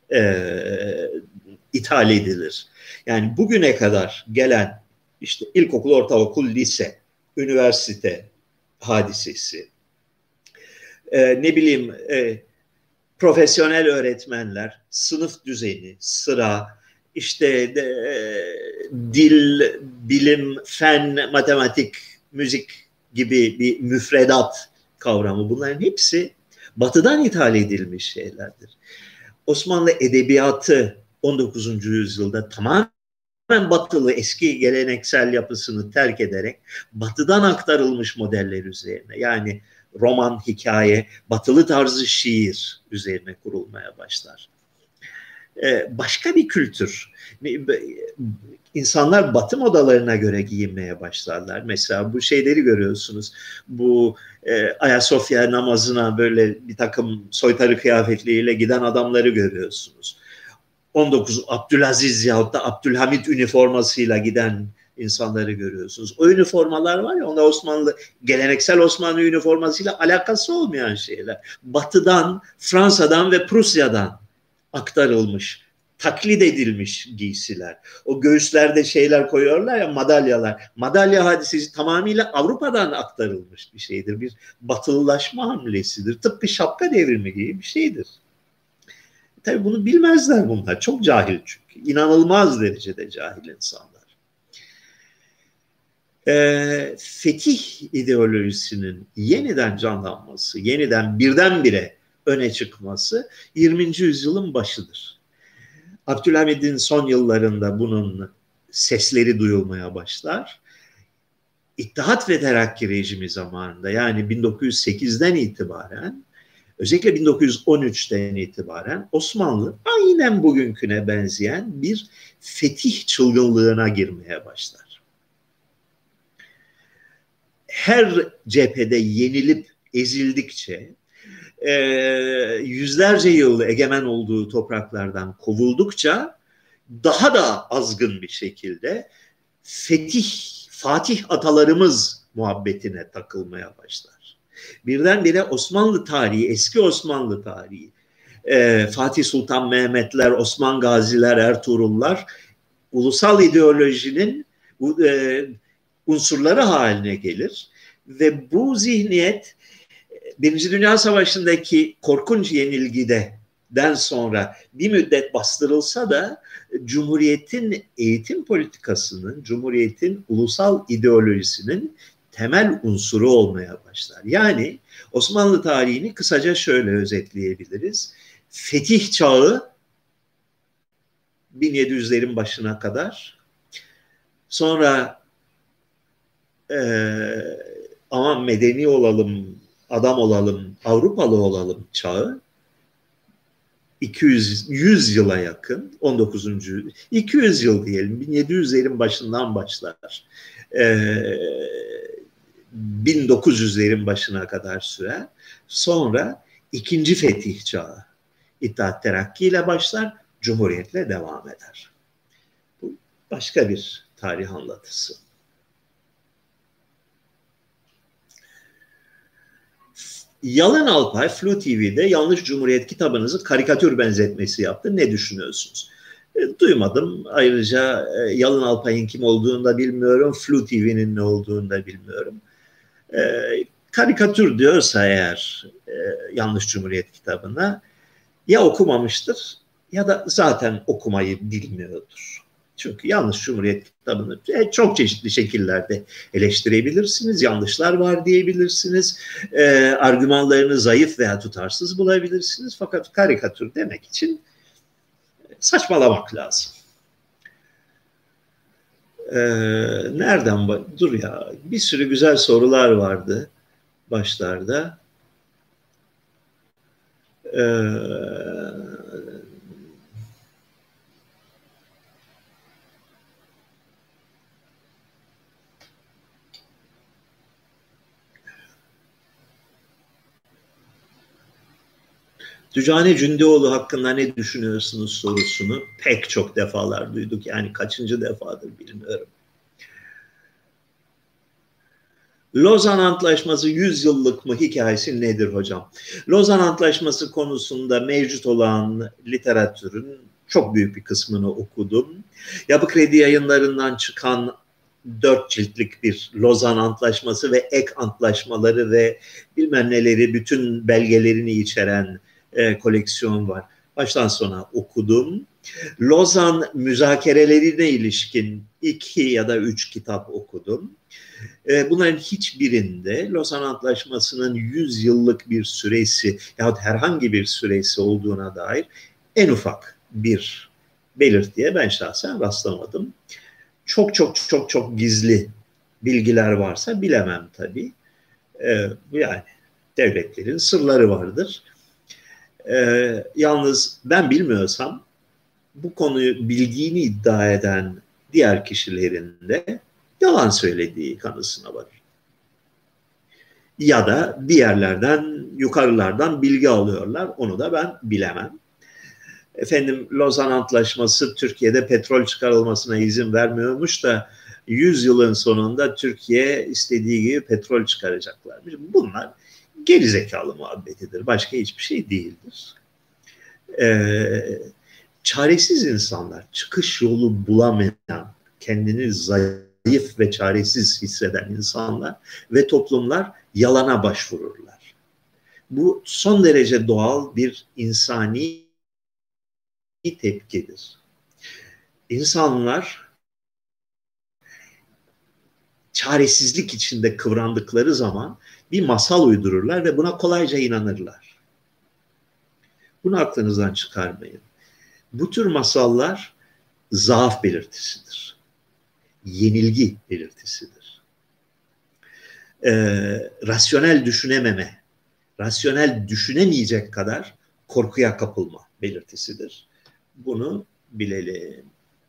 ithal edilir. Yani bugüne kadar gelen işte ilkokul, ortaokul, lise, üniversite hadisesi, ne bileyim profesyonel öğretmenler, sınıf düzeni, sıra, işte dil, bilim, fen, matematik, müzik gibi bir müfredat kavramı, bunların hepsi Batı'dan ithal edilmiş şeylerdir. Osmanlı edebiyatı 19. yüzyılda tamamen Batılı eski geleneksel yapısını terk ederek Batı'dan aktarılmış modeller üzerine, yani roman, hikaye, Batılı tarzı şiir üzerine kurulmaya başlar. Başka bir kültür. İnsanlar Batı modalarına göre giyinmeye başlarlar. Mesela bu şeyleri görüyorsunuz. Bu Ayasofya namazına böyle bir takım soytarı kıyafetleriyle giden adamları görüyorsunuz. 19 Abdülaziz yahut da Abdülhamit üniformasıyla giden insanları görüyorsunuz. O üniformalar var ya, onlar geleneksel Osmanlı üniformasıyla alakası olmayan şeyler. Batı'dan, Fransa'dan ve Prusya'dan aktarılmış, taklit edilmiş giysiler. O göğüslerde şeyler koyuyorlar ya, madalyalar. Madalya hadisesi tamamıyla Avrupa'dan aktarılmış bir şeydir. Bir batılılaşma hamlesidir. Tıpkı şapka devrimi gibi bir şeydir. Tabii bunu bilmezler bunlar. Çok cahil çünkü. İnanılmaz derecede cahil insanlar. Fetih ideolojisinin yeniden canlanması, yeniden birdenbire öne çıkması 20. yüzyılın başıdır. Abdülhamid'in son yıllarında bunun sesleri duyulmaya başlar. İttihat ve Terakki rejimi zamanında, yani 1908'den itibaren, özellikle 1913'ten itibaren Osmanlı aynen bugünküne benzeyen bir fetih çılgınlığına girmeye başlar. Her cephede yenilip ezildikçe, yüzlerce yıl egemen olduğu topraklardan kovuldukça daha da azgın bir şekilde Fatih atalarımız muhabbetine takılmaya başlar. Birdenbire Osmanlı tarihi, eski Osmanlı tarihi, Fatih Sultan Mehmetler, Osman Gaziler, Ertuğrullar, ulusal ideolojinin unsurları haline gelir ve bu zihniyet Birinci Dünya Savaşı'ndaki korkunç yenilgiden sonra bir müddet bastırılsa da Cumhuriyet'in eğitim politikasının, Cumhuriyet'in ulusal ideolojisinin temel unsuru olmaya başlar. Yani Osmanlı tarihini kısaca şöyle özetleyebiliriz. Fetih çağı 1700'lerin başına kadar, sonra ama medeni olalım, adam olalım, Avrupalı olalım çağı 100 yıla yakın, 19. 200 yıl diyelim, 1700'lerin başından başlar. 1900'lerin başına kadar sürer. Sonra ikinci fetih çağı İttihat Terakki ile başlar, Cumhuriyetle devam eder. Bu başka bir tarih anlatısı. Yalın Alpay Flu TV'de Yanlış Cumhuriyet kitabınızı karikatür benzetmesi yaptı. Ne düşünüyorsunuz? Duymadım. Ayrıca Yalın Alpay'ın kim olduğunu da bilmiyorum. Flu TV'nin ne olduğunu da bilmiyorum. Karikatür diyorsa eğer Yanlış Cumhuriyet kitabına ya okumamıştır ya da zaten okumayı bilmiyordur. Çünkü Yanlış Cumhuriyet kitabını çok çeşitli şekillerde eleştirebilirsiniz. Yanlışlar var diyebilirsiniz. Argümanlarını zayıf veya tutarsız bulabilirsiniz. Fakat karikatür demek için saçmalamak lazım. Nereden dur ya, bir sürü güzel sorular vardı başlarda. Dücane Cündioğlu hakkında ne düşünüyorsunuz sorusunu pek çok defalar duyduk. Yani kaçıncı defadır bilmiyorum. Lozan Antlaşması 100 yıllık mı, hikayesi nedir hocam? Lozan Antlaşması konusunda mevcut olan literatürün çok büyük bir kısmını okudum. Yapı Kredi Yayınları'ndan çıkan 4 ciltlik bir Lozan Antlaşması ve ek antlaşmaları ve bilmem neleri, bütün belgelerini içeren koleksiyon var. Baştan sona okudum. Lozan müzakerelerine ilişkin 2 ya da 3 kitap okudum. Bunların hiçbirinde Lozan Antlaşması'nın 100 yıllık bir süresi yahut herhangi bir süresi olduğuna dair en ufak bir belirtiye ben şahsen rastlamadım. Çok gizli bilgiler varsa bilemem tabii. Yani devletlerin sırları vardır. Yalnız ben bilmiyorsam bu konuyu bildiğini iddia eden diğer kişilerin de yalan söylediği kanısına varır. Ya da bir yerlerden, yukarılardan bilgi alıyorlar. Onu da ben bilemem. Efendim, Lozan Antlaşması Türkiye'de petrol çıkarılmasına izin vermiyormuş da 100 yılın sonunda Türkiye istediği gibi petrol çıkaracaklarmış. Bunlar gerizekalı muhabbetidir. Başka hiçbir şey değildir. Çaresiz insanlar, çıkış yolu bulamayan, kendini zayıf ve çaresiz hisseden insanlar ve toplumlar yalana başvururlar. Bu son derece doğal bir insani tepkidir. İnsanlar çaresizlik içinde kıvrandıkları zaman bir masal uydururlar ve buna kolayca inanırlar. Bunu aklınızdan çıkarmayın. Bu tür masallar zaaf belirtisidir. Yenilgi belirtisidir. Rasyonel düşünememe, rasyonel düşünemeyecek kadar korkuya kapılma belirtisidir. Bunu bilelim.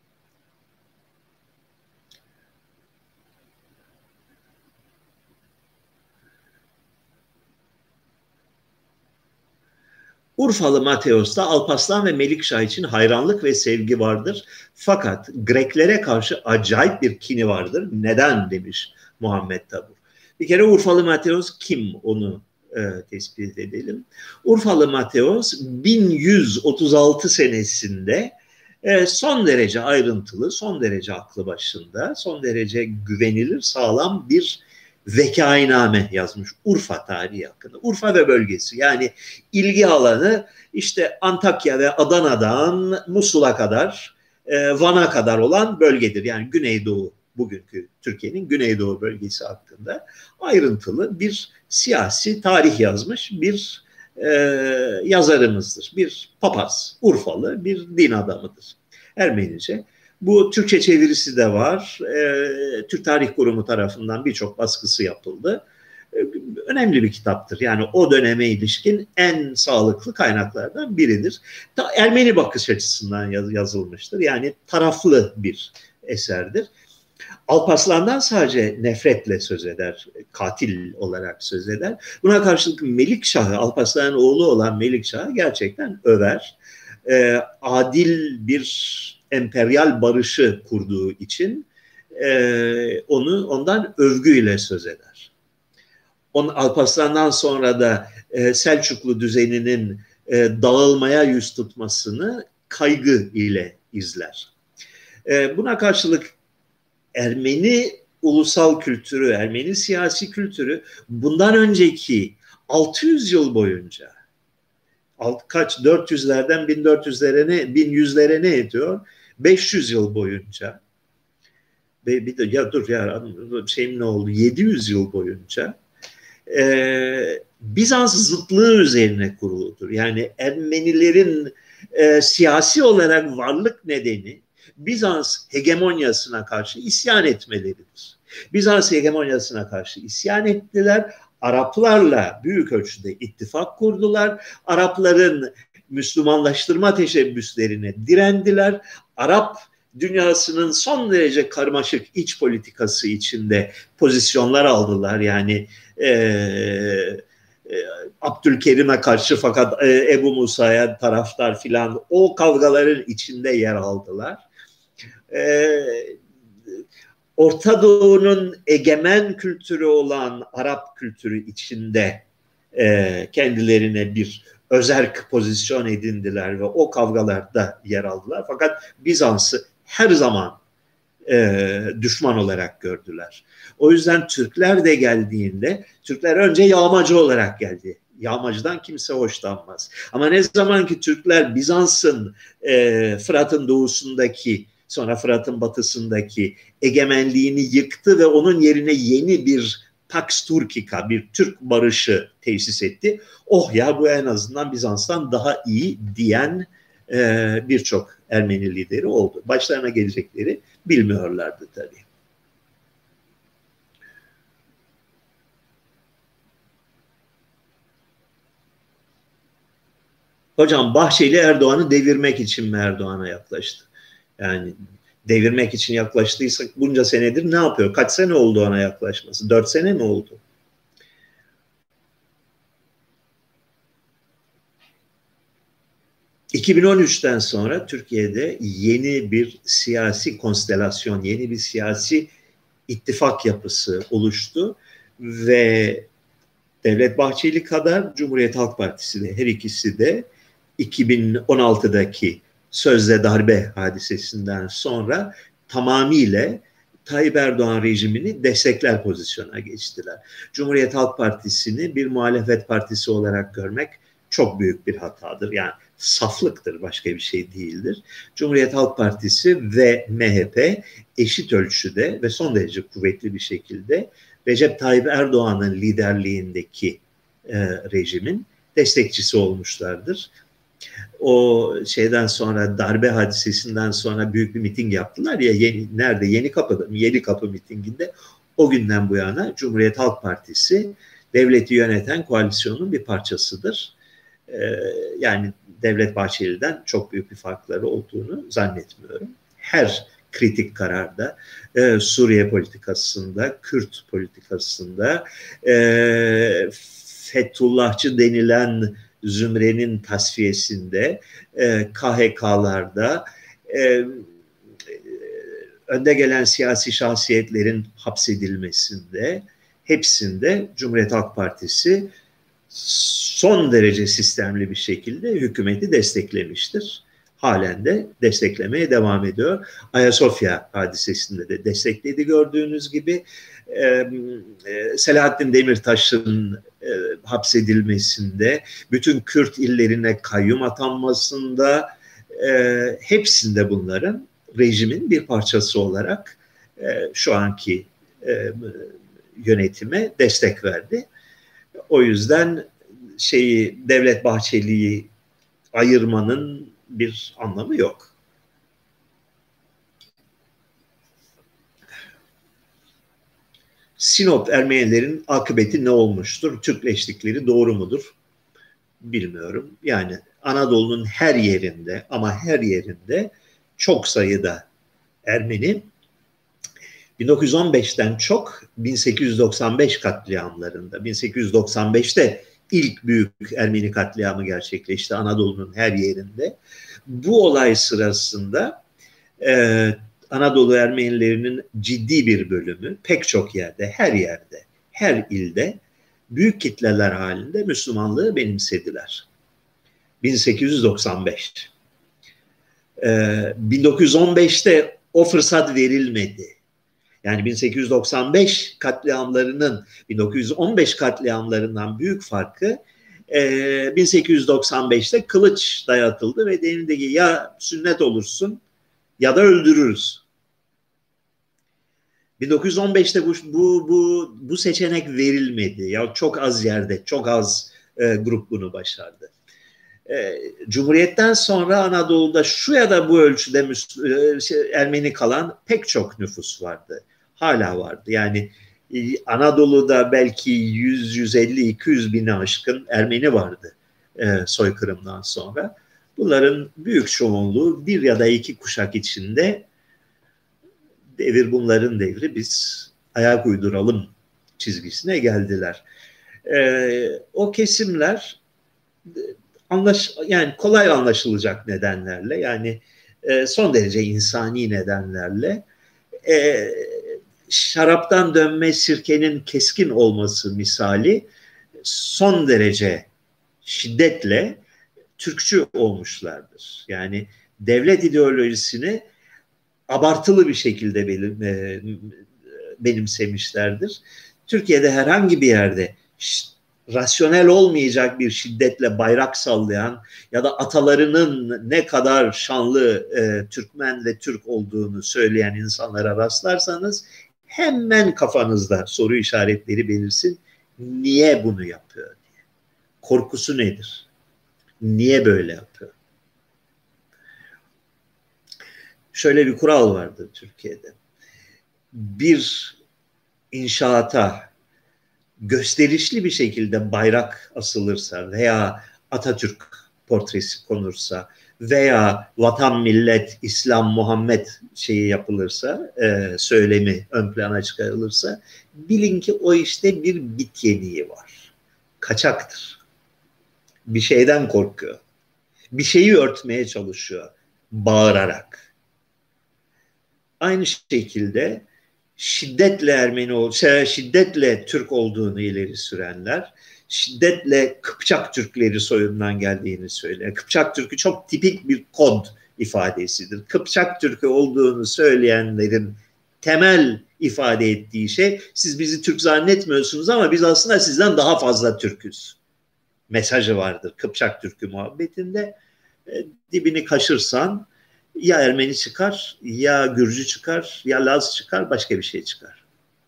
Urfalı Mateos'ta Alparslan ve Melikşah için hayranlık ve sevgi vardır. Fakat Greklere karşı acayip bir kini vardır. Neden demiş Muhammed Tabur. Bir kere Urfalı Mateos kim, onu tespit edelim. Urfalı Mateos 1136 senesinde Son derece ayrıntılı, son derece aklı başında, son derece güvenilir, sağlam bir vekainame yazmış Urfa tarihi hakkında. Urfa ve bölgesi, yani ilgi alanı işte Antakya ve Adana'dan Musul'a kadar, Van'a kadar olan bölgedir. Yani Güneydoğu, bugünkü Türkiye'nin Güneydoğu bölgesi hakkında ayrıntılı bir siyasi tarih yazmış bir yazarımızdır. Bir papaz, Urfalı bir din adamıdır. Ermenice. Bu Türkçe çevirisi de var. Türk Tarih Kurumu tarafından birçok baskısı yapıldı. Önemli bir kitaptır. Yani o döneme ilişkin en sağlıklı kaynaklardan biridir. Ermeni bakış açısından yazılmıştır. Yani taraflı bir eserdir. Alparslan'dan sadece nefretle söz eder, katil olarak söz eder. Buna karşılık Melikşah'ı, Alparslan'ın oğlu olan Melikşah'ı gerçekten över. Adil bir emperyal barışı kurduğu için ondan övgüyle söz eder. Alparslan'dan sonra da Selçuklu düzeninin dağılmaya yüz tutmasını kaygı ile izler. Buna karşılık Ermeni ulusal kültürü, Ermeni siyasi kültürü bundan önceki 600 yıl boyunca, kaç 400'lerden 1400'lere 1100'lere ne ediyor? 500 yıl boyunca, bir de ya dur ya şeyim ne oldu? 700 yıl boyunca Bizans zıtlığı üzerine kuruludur. Yani Ermenilerin siyasi olarak varlık nedeni Bizans hegemonyasına karşı isyan etmeleridir. Bizans hegemonyasına karşı isyan ettiler. Araplarla büyük ölçüde ittifak kurdular. Arapların Müslümanlaştırma teşebbüslerine direndiler. Arap dünyasının son derece karmaşık iç politikası içinde pozisyonlar aldılar. Yani Abdülkerim'e karşı fakat Ebu Musa'ya taraftar filan o kavgaların içinde yer aldılar. Orta Doğu'nun egemen kültürü olan Arap kültürü içinde kendilerine bir özerk pozisyon edindiler ve o kavgalarda yer aldılar. Fakat Bizans'ı her zaman düşman olarak gördüler. O yüzden Türkler de geldiğinde, Türkler önce yağmacı olarak geldi. Yağmacıdan kimse hoşlanmaz. Ama ne zaman ki Türkler Bizans'ın Fırat'ın doğusundaki, sonra Fırat'ın batısındaki egemenliğini yıktı ve onun yerine yeni bir Pax Turkica, bir Türk barışı tesis etti. Oh ya, bu en azından Bizans'tan daha iyi diyen birçok Ermeni lideri oldu. Başlarına gelecekleri bilmiyorlardı tabii. Hocam Bahçeli Erdoğan'ı devirmek için mi Erdoğan'a yaklaştı? Yani devirmek için yaklaştıysak bunca senedir ne yapıyor? Kaç sene oldu ona yaklaşması? 4 sene mi oldu? ...2013'ten sonra Türkiye'de yeni bir siyasi konstelasyon, yeni bir siyasi ittifak yapısı oluştu ve Devlet Bahçeli kadar Cumhuriyet Halk Partisi de, her ikisi de 2016'daki sözde darbe hadisesinden sonra tamamıyla Tayyip Erdoğan rejimini destekler pozisyona geçtiler. Cumhuriyet Halk Partisi'ni bir muhalefet partisi olarak görmek çok büyük bir hatadır. Yani saflıktır, başka bir şey değildir. Cumhuriyet Halk Partisi ve MHP eşit ölçüde ve son derece kuvvetli bir şekilde Recep Tayyip Erdoğan'ın liderliğindeki rejimin destekçisi olmuşlardır. O şeyden sonra, darbe hadisesinden sonra büyük bir miting yaptılar ya, nerede? Yenikapı'da, Yenikapı mitinginde. O günden bu yana Cumhuriyet Halk Partisi devleti yöneten koalisyonun bir parçasıdır. Yani Devlet Bahçeli'den çok büyük bir farkları olduğunu zannetmiyorum. Her kritik kararda, Suriye politikasında, Kürt politikasında, Fethullahçı denilen zümrenin tasfiyesinde, KHK'larda, önde gelen siyasi şahsiyetlerin hapsedilmesinde, hepsinde Cumhuriyet Halk Partisi son derece sistemli bir şekilde hükümeti desteklemiştir. halen de desteklemeye devam ediyor. Ayasofya hadisesinde de destekledi gördüğünüz gibi. Selahattin Demirtaş'ın hapsedilmesinde, bütün Kürt illerine kayyum atanmasında, hepsinde bunların rejimin bir parçası olarak şu anki yönetime destek verdi. O yüzden Devlet Bahçeli'yi ayırmanın bir anlamı yok. Sinop Ermenilerin akıbeti ne olmuştur? Türkleştikleri doğru mudur? Bilmiyorum. Yani Anadolu'nun her yerinde, ama her yerinde çok sayıda Ermeni 1915'ten çok 1895 katliamlarında, 1895'te ilk büyük Ermeni katliamı gerçekleşti Anadolu'nun her yerinde. Bu olay sırasında Anadolu Ermenilerinin ciddi bir bölümü pek çok yerde, her yerde, her ilde büyük kitleler halinde Müslümanlığı benimsediler. 1895. 1915'te o fırsat verilmedi. Yani 1895 katliamlarının 1915 katliamlarından büyük farkı 1895'te kılıç dayatıldı ve denildi ki ya sünnet olursun ya da öldürürüz. 1915'te bu seçenek verilmedi. Ya çok az yerde, çok az grup bunu başardı. Cumhuriyetten sonra Anadolu'da şu ya da bu ölçüde Ermeni kalan pek çok nüfus vardı. Hala vardı. Yani Anadolu'da belki 100-150-200 bine aşkın Ermeni vardı soykırımdan sonra. Bunların büyük çoğunluğu bir ya da iki kuşak içinde devir bunların devri, biz ayak uyduralım çizgisine geldiler. O kesimler yani kolay anlaşılacak nedenlerle, yani son derece insani nedenlerle şaraptan dönme sirkenin keskin olması misali son derece şiddetle Türkçü olmuşlardır. Yani devlet ideolojisini abartılı bir şekilde benimsemişlerdir. Türkiye'de herhangi bir yerde rasyonel olmayacak bir şiddetle bayrak sallayan ya da atalarının ne kadar şanlı Türkmen ve Türk olduğunu söyleyen insanlara rastlarsanız hemen kafanızda soru işaretleri belirsin. Niye bunu yapıyor diye. Korkusu nedir? Niye böyle yapıyor? Şöyle bir kural vardı Türkiye'de. Bir inşaata gösterişli bir şekilde bayrak asılırsa veya Atatürk portresi konursa veya vatan, millet, İslam, Muhammed yapılırsa, söylemi ön plana çıkarılırsa, bilin ki o işte bir bit yeniği var. Kaçaktır. Bir şeyden korkuyor. Bir şeyi örtmeye çalışıyor bağırarak. Aynı şekilde şiddetle Türk olduğunu ileri sürenler, şiddetle Kıpçak Türkleri soyundan geldiğini söyler. Kıpçak Türk'ü çok tipik bir kod ifadesidir. Kıpçak Türk'ü olduğunu söyleyenlerin temel ifade ettiği şey, siz bizi Türk zannetmiyorsunuz ama biz aslında sizden daha fazla Türk'üz mesajı vardır Kıpçak Türk'ü muhabbetinde. Dibini kaşırsan ya Ermeni çıkar, ya Gürcü çıkar, ya Laz çıkar, başka bir şey çıkar.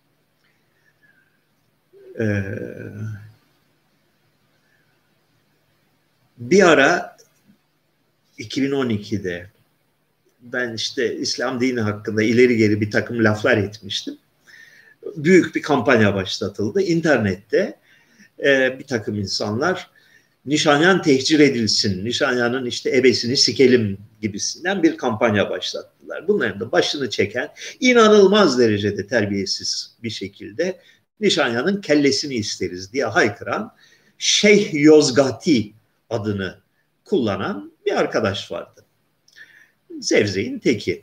Bir ara 2012'de ben İslam dini hakkında ileri geri bir takım laflar etmiştim. Büyük bir kampanya başlatıldı. İnternette bir takım insanlar Nişanyan tehcir edilsin, Nişanyan'ın ebesini sikelim gibisinden bir kampanya başlattılar. Bunların da başını çeken, inanılmaz derecede terbiyesiz bir şekilde Nişanyan'ın kellesini isteriz diye haykıran Şeyh Yozgati adını kullanan bir arkadaş vardı. Zevze'in teki.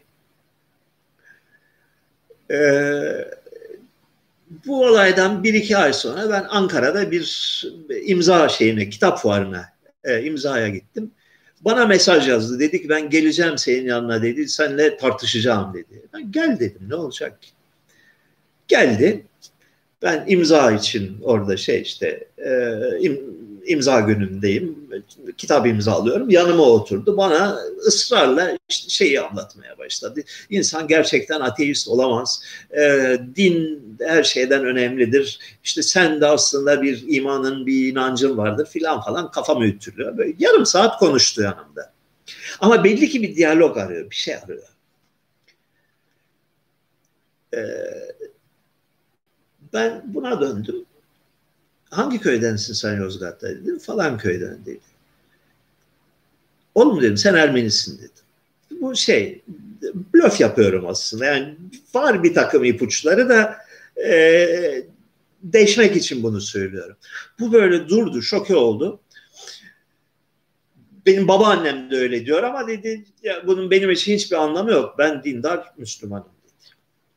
Bu olaydan 1-2 ay sonra ben Ankara'da bir imza kitap fuarına imzaya gittim. Bana mesaj yazdı. Dedi ki ben geleceğim senin yanına dedi. Seninle tartışacağım dedi. Ben gel dedim, ne olacak ki? Geldi. Ben imza için orada imza günündeyim. Kitap imzalıyorum. Yanıma oturdu. Bana ısrarla işte şeyi anlatmaya başladı. İnsan gerçekten ateist olamaz. Din her şeyden önemlidir. İşte sen de aslında bir imanın, bir inancın vardır filan falan, kafamı ütülüyor. Böyle yarım saat konuştu yanımda. Ama belli ki bir diyalog arıyor, bir şey arıyor. Ben buna döndüm. Hangi köydensin sen Yozgat'ta dedim. Falan köyden dedi. Oğlum dedim sen Ermenisin dedi. Bu blöf yapıyorum aslında. Yani var bir takım ipuçları da değişmek için bunu söylüyorum. Bu böyle durdu, şoke oldu. Benim babaannem de öyle diyor ama dedi ya bunun benim için hiçbir anlamı yok. Ben dindar Müslümanım dedi.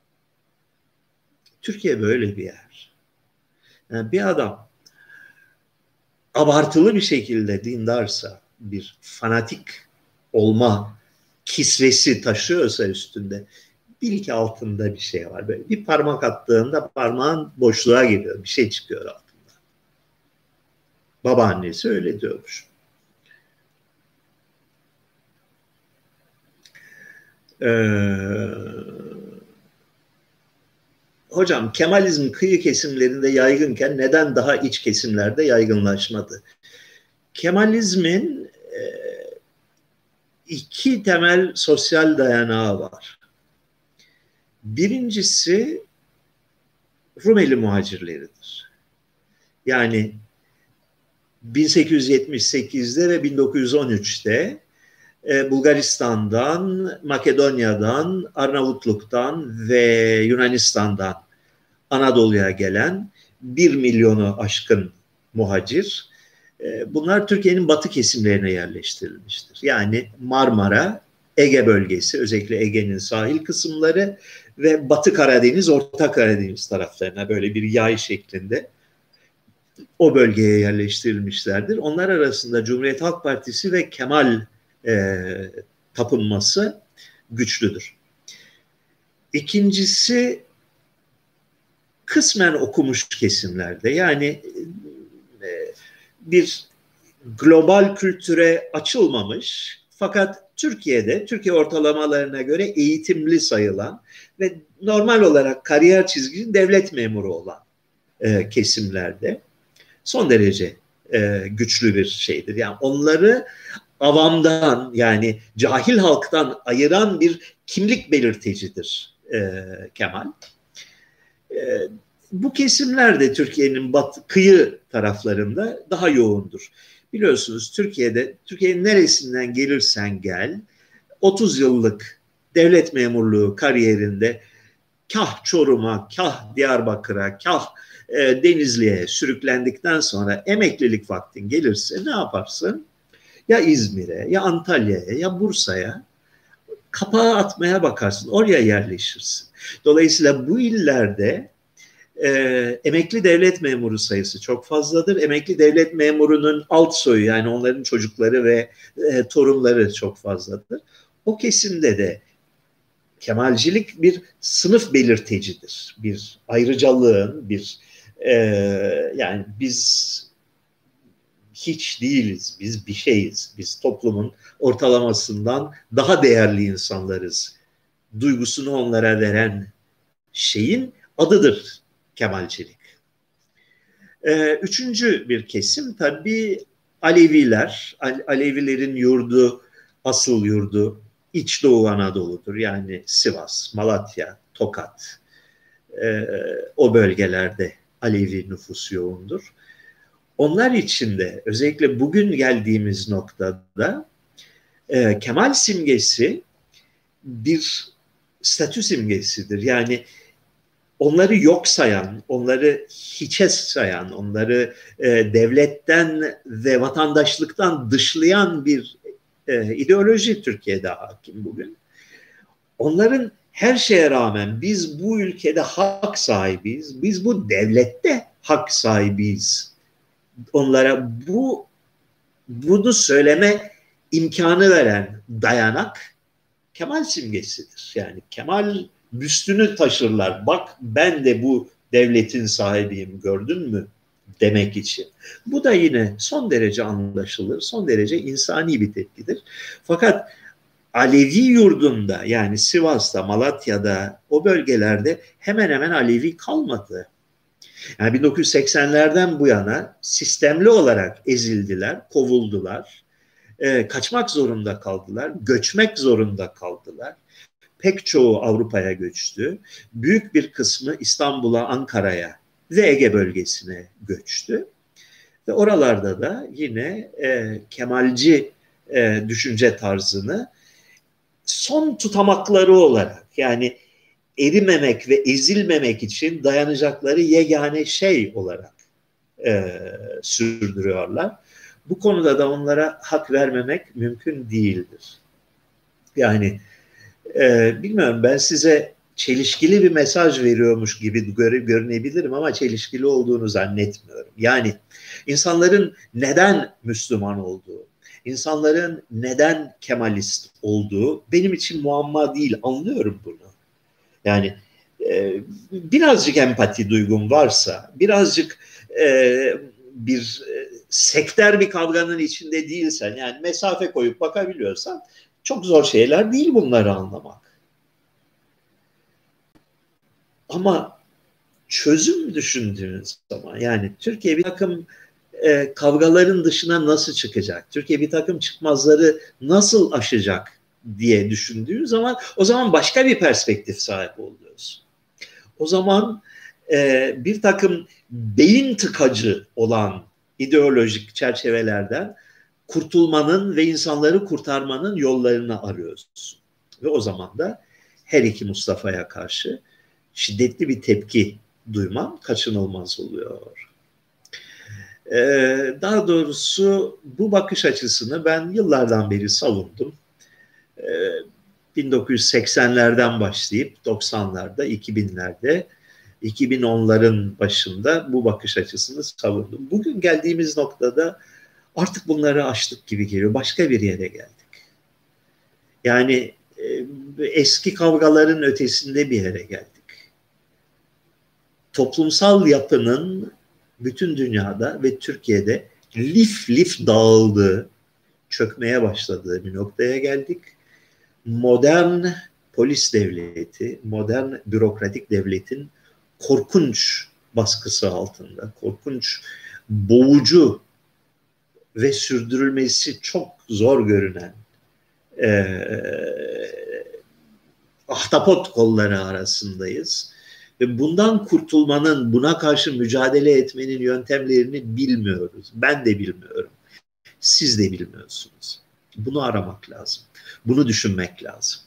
Türkiye böyle bir yer. Yani bir adam abartılı bir şekilde dindarsa, bir fanatik olma kisvesi taşıyorsa üstünde, bil ki altında bir şey var. Böyle bir parmak attığında parmağın boşluğa giriyor. Bir şey çıkıyor altında. Babaannesi öyle diyormuş. Hocam Kemalizm kıyı kesimlerinde yaygınken neden daha iç kesimlerde yaygınlaşmadı? Kemalizmin iki temel sosyal dayanağı var. Birincisi Rumeli muhacirleridir. Yani 1878'de ve 1913'te Bulgaristan'dan, Makedonya'dan, Arnavutluk'tan ve Yunanistan'dan Anadolu'ya gelen 1 milyonu aşkın muhacir, bunlar Türkiye'nin batı kesimlerine yerleştirilmiştir. Yani Marmara, Ege bölgesi, özellikle Ege'nin sahil kısımları ve Batı Karadeniz, Orta Karadeniz taraflarına böyle bir yay şeklinde o bölgeye yerleştirilmişlerdir. Onlar arasında Cumhuriyet Halk Partisi ve Kemal tapınması güçlüdür. İkincisi kısmen okumuş kesimlerde, yani bir global kültüre açılmamış fakat Türkiye ortalamalarına göre eğitimli sayılan ve normal olarak kariyer çizgisi devlet memuru olan kesimlerde son derece güçlü bir şeydir. Yani onları avamdan, yani cahil halktan ayıran bir kimlik belirtecidir Kemal. Bu kesimler de Türkiye'nin kıyı taraflarında daha yoğundur. Biliyorsunuz Türkiye'nin neresinden gelirsen gel, 30 yıllık devlet memurluğu kariyerinde kah Çorum'a, kah Diyarbakır'a, kah Denizli'ye sürüklendikten sonra emeklilik vaktin gelirse ne yaparsın? Ya İzmir'e, ya Antalya'ya, ya Bursa'ya kapağı atmaya bakarsın. Oraya yerleşirsin. Dolayısıyla bu illerde emekli devlet memuru sayısı çok fazladır. Emekli devlet memurunun alt soyu, yani onların çocukları ve torunları çok fazladır. O kesimde de Kemalcilik bir sınıf belirtecidir. Bir ayrıcalığın, yani biz hiç değiliz, biz bir şeyiz. Biz toplumun ortalamasından daha değerli insanlarız duygusunu onlara veren şeyin adıdır Kemalcilik. Üçüncü bir kesim tabii Aleviler. Alevilerin yurdu, asıl yurdu İç Doğu Anadolu'dur. Yani Sivas, Malatya, Tokat, o bölgelerde Alevi nüfus yoğundur. Onlar için de özellikle bugün geldiğimiz noktada Kemal simgesi bir statü simgesidir. Yani onları yok sayan, onları hiçe sayan, onları devletten ve vatandaşlıktan dışlayan bir ideoloji Türkiye'de hakim bugün. Onların her şeye rağmen biz bu ülkede hak sahibiyiz, biz bu devlette hak sahibiyiz. Onlara bunu söyleme imkanı veren dayanak Kemal simgesidir. Yani Kemal büstünü taşırlar. Bak ben de bu devletin sahibiyim, gördün mü demek için. Bu da yine son derece anlaşılır, son derece insani bir tepkidir. Fakat Alevi yurdunda, yani Sivas'ta, Malatya'da, o bölgelerde hemen hemen Alevi kalmadı. Yani 1980'lerden bu yana sistemli olarak ezildiler, kovuldular, kaçmak zorunda kaldılar, göçmek zorunda kaldılar. Pek çoğu Avrupa'ya göçtü. Büyük bir kısmı İstanbul'a, Ankara'ya ve Ege bölgesine göçtü. Ve oralarda da yine Kemalci düşünce tarzını son tutamakları olarak, yani erimemek ve ezilmemek için dayanacakları yegane şey olarak sürdürüyorlar. Bu konuda da onlara hak vermemek mümkün değildir. Yani bilmiyorum, ben size çelişkili bir mesaj veriyormuş gibi görünebilirim ama çelişkili olduğunu zannetmiyorum. Yani insanların neden Müslüman olduğu, insanların neden Kemalist olduğu benim için muamma değil, anlıyorum bunu. Yani birazcık empati duygum varsa, birazcık bir sekter bir kavganın içinde değilsen, yani mesafe koyup bakabiliyorsan, çok zor şeyler değil bunları anlamak. Ama çözüm düşündüğünüz zaman, yani Türkiye bir takım kavgaların dışına nasıl çıkacak? Türkiye bir takım çıkmazları nasıl aşacak diye düşündüğün zaman, o zaman başka bir perspektif sahibi oluyorsun. O zaman bir takım beyin tıkacı olan ideolojik çerçevelerden kurtulmanın ve insanları kurtarmanın yollarını arıyorsun. Ve o zaman da her iki Mustafa'ya karşı şiddetli bir tepki duyman kaçınılmaz oluyor. Daha doğrusu bu bakış açısını ben yıllardan beri savundum. 1980'lerden başlayıp 90'larda, 2000'lerde, 2010'ların başında bu bakış açısını savundum. Bugün geldiğimiz noktada artık bunları aştık gibi geliyor. Başka bir yere geldik. Yani eski kavgaların ötesinde bir yere geldik. Toplumsal yapının bütün dünyada ve Türkiye'de lif lif dağıldığı, çökmeye başladığı bir noktaya geldik. Modern polis devleti, modern bürokratik devletin korkunç baskısı altında, korkunç, boğucu ve sürdürülmesi çok zor görünen ahtapot kolları arasındayız. Ve bundan kurtulmanın, buna karşı mücadele etmenin yöntemlerini bilmiyoruz. Ben de bilmiyorum. Siz de bilmiyorsunuz. Bunu aramak lazım. Bunu düşünmek lazım.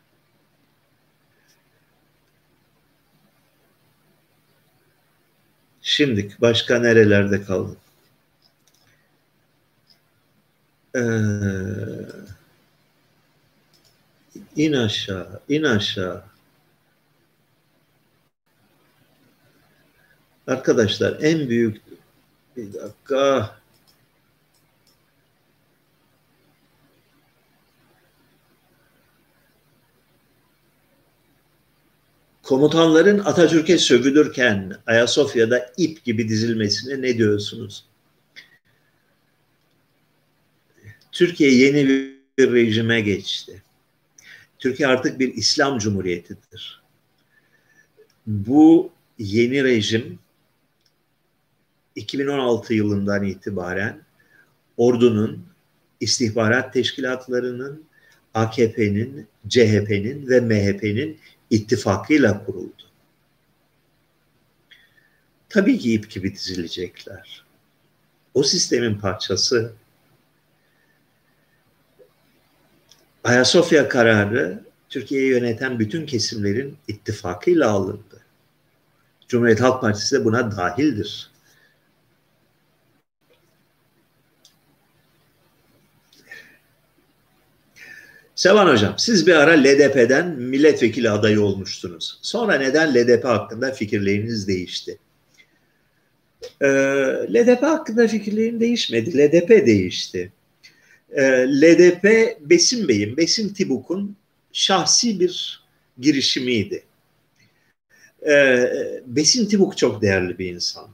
Şimdi başka nerelerde kaldım? İn aşağı, in aşağı. Arkadaşlar en büyük, bir dakika, komutanların Atatürk'e sövülürken Ayasofya'da ip gibi dizilmesine ne diyorsunuz? Türkiye yeni bir rejime geçti. Türkiye artık bir İslam Cumhuriyeti'dir. Bu yeni rejim 2016 yılından itibaren ordunun, istihbarat teşkilatlarının, AKP'nin, CHP'nin ve MHP'nin ittifakıyla kuruldu. Tabii ki ip gibi dizilecekler. O sistemin parçası. Ayasofya kararı Türkiye'yi yöneten bütün kesimlerin ittifakıyla alındı. Cumhuriyet Halk Partisi de buna dahildir. Sevan Hocam, siz bir ara LDP'den milletvekili adayı olmuştunuz. Sonra neden LDP hakkında fikirleriniz değişti? LDP hakkında fikirlerim değişmedi. LDP değişti. LDP Besim Tibuk'un şahsi bir girişimiydi. Besim Tibuk çok değerli bir insandı.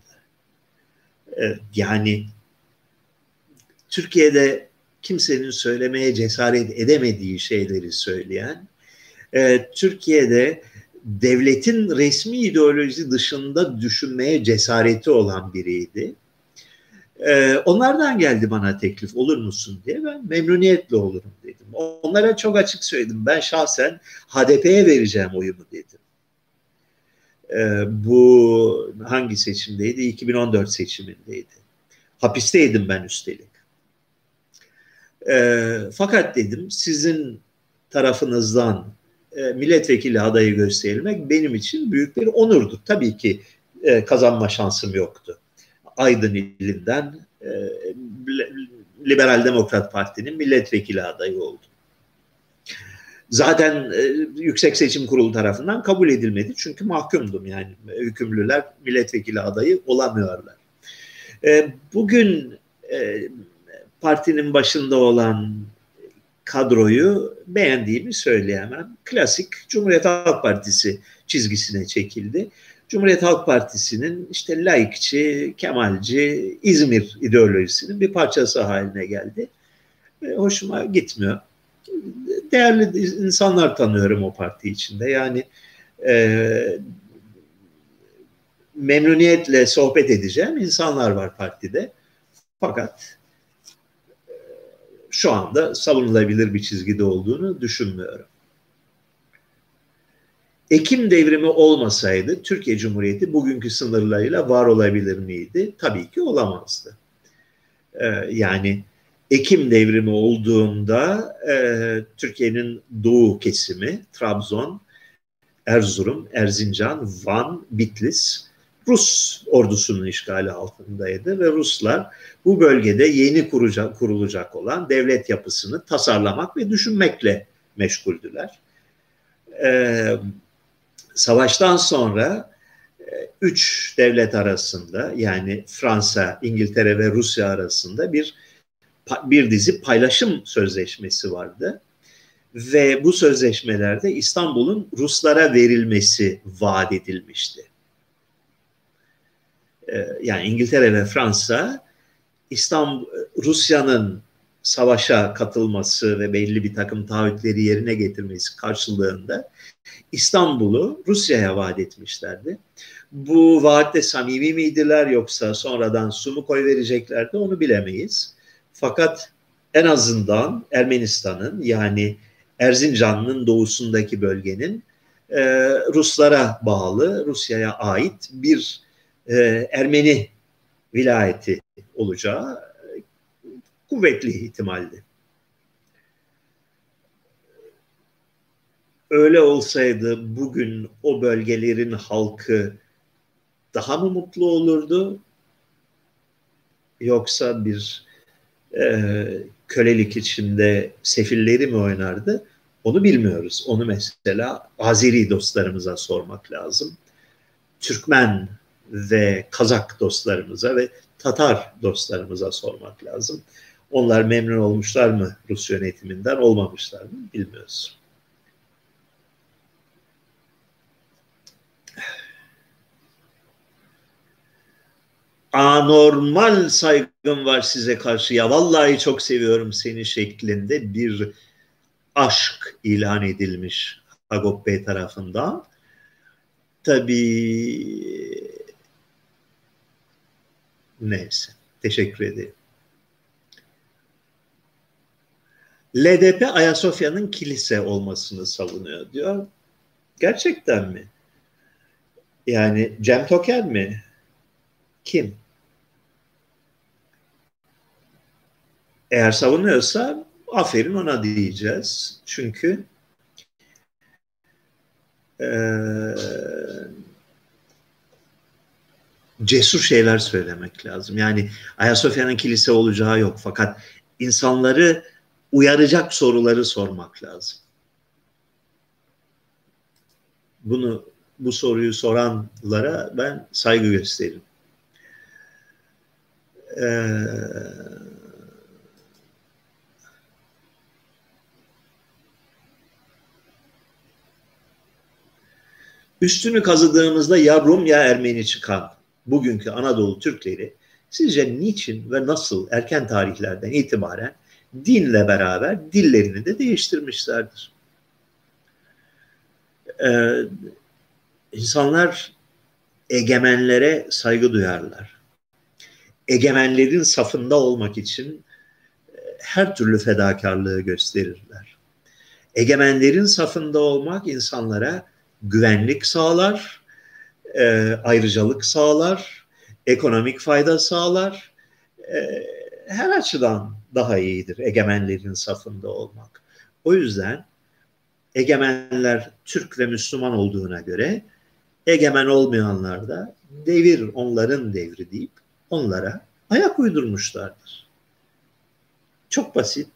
Yani Türkiye'de kimsenin söylemeye cesaret edemediği şeyleri söyleyen, Türkiye'de devletin resmi ideolojisi dışında düşünmeye cesareti olan biriydi. Onlardan geldi bana teklif, olur musun diye. Ben memnuniyetle olurum dedim. Onlara çok açık söyledim. Ben şahsen HDP'ye vereceğim oyumu dedim. Bu hangi seçimdeydi? 2014 seçimindeydi. Hapisteydim ben üstelik. Fakat dedim, sizin tarafınızdan milletvekili adayı gösterilmek benim için büyük bir onurdu. Tabii ki kazanma şansım yoktu. Aydın ilinden Liberal Demokrat Parti'nin milletvekili adayı oldum. Zaten Yüksek Seçim Kurulu tarafından kabul edilmedi. Çünkü mahkumdum, yani hükümlüler milletvekili adayı olamıyorlar. Bugün partinin başında olan kadroyu beğendiğimi söyleyemem. Klasik Cumhuriyet Halk Partisi çizgisine çekildi. Cumhuriyet Halk Partisi'nin işte laikçi, kemalci, İzmir ideolojisinin bir parçası haline geldi. Hoşuma gitmiyor. Değerli insanlar tanıyorum o parti içinde. Yani memnuniyetle sohbet edeceğim insanlar var partide. Fakat şu anda savunulabilir bir çizgide olduğunu düşünmüyorum. Ekim devrimi olmasaydı Türkiye Cumhuriyeti bugünkü sınırlarıyla var olabilir miydi? Tabii ki olamazdı. Yani Ekim devrimi olduğunda Türkiye'nin doğu kesimi, Trabzon, Erzurum, Erzincan, Van, Bitlis, Rus ordusunun işgali altındaydı ve Ruslar bu bölgede yeni kurulacak olan devlet yapısını tasarlamak ve düşünmekle meşguldüler. Savaştan sonra üç devlet arasında, yani Fransa, İngiltere ve Rusya arasında bir dizi paylaşım sözleşmesi vardı. Ve bu sözleşmelerde İstanbul'un Ruslara verilmesi vaat edilmişti. Yani İngiltere ve Fransa, Rusya'nın savaşa katılması ve belli bir takım taahhütleri yerine getirmesi karşılığında İstanbul'u Rusya'ya vaat etmişlerdi. Bu vaatte samimi miydiler, yoksa sonradan su mu koyvereceklerdi, onu bilemeyiz. Fakat en azından Ermenistan'ın, yani Erzincan'ın doğusundaki bölgenin Ruslara bağlı, Rusya'ya ait bir Ermeni vilayeti olacağı kuvvetli ihtimaldi. Öyle olsaydı bugün o bölgelerin halkı daha mı mutlu olurdu? Yoksa bir kölelik içinde sefilleri mi oynardı? Onu bilmiyoruz. Onu mesela Azeri dostlarımıza sormak lazım. Türkmen ve Kazak dostlarımıza ve Tatar dostlarımıza sormak lazım. Onlar memnun olmuşlar mı Rus yönetiminden, olmamışlar mı bilmiyoruz. Anormal saygım var size karşı, ya vallahi çok seviyorum seni şeklinde bir aşk ilan edilmiş Hagop Bey tarafından. Tabii neyse, teşekkür ederim. LDP Ayasofya'nın kilise olmasını savunuyor diyor. Gerçekten mi? Yani Cem Toker mi? Kim? Eğer savunuyorsa aferin ona diyeceğiz. Çünkü cesur şeyler söylemek lazım. Yani Ayasofya'nın kilise olacağı yok. Fakat insanları uyaracak soruları sormak lazım. Bu soruyu soranlara ben saygı gösteririm. Üstünü kazıdığımızda ya Rum ya Ermeni çıkan bugünkü Anadolu Türkleri sizce niçin ve nasıl erken tarihlerden itibaren dinle beraber dillerini de değiştirmişlerdir? İnsanlar egemenlere saygı duyarlar. Egemenlerin safında olmak için her türlü fedakarlığı gösterirler. Egemenlerin safında olmak insanlara güvenlik sağlar, ayrıcalık sağlar, ekonomik fayda sağlar. Her açıdan daha iyidir egemenlerin safında olmak. O yüzden egemenler Türk ve Müslüman olduğuna göre egemen olmayanlar da devir onların devri deyip onlara ayak uydurmuşlardır. Çok basit.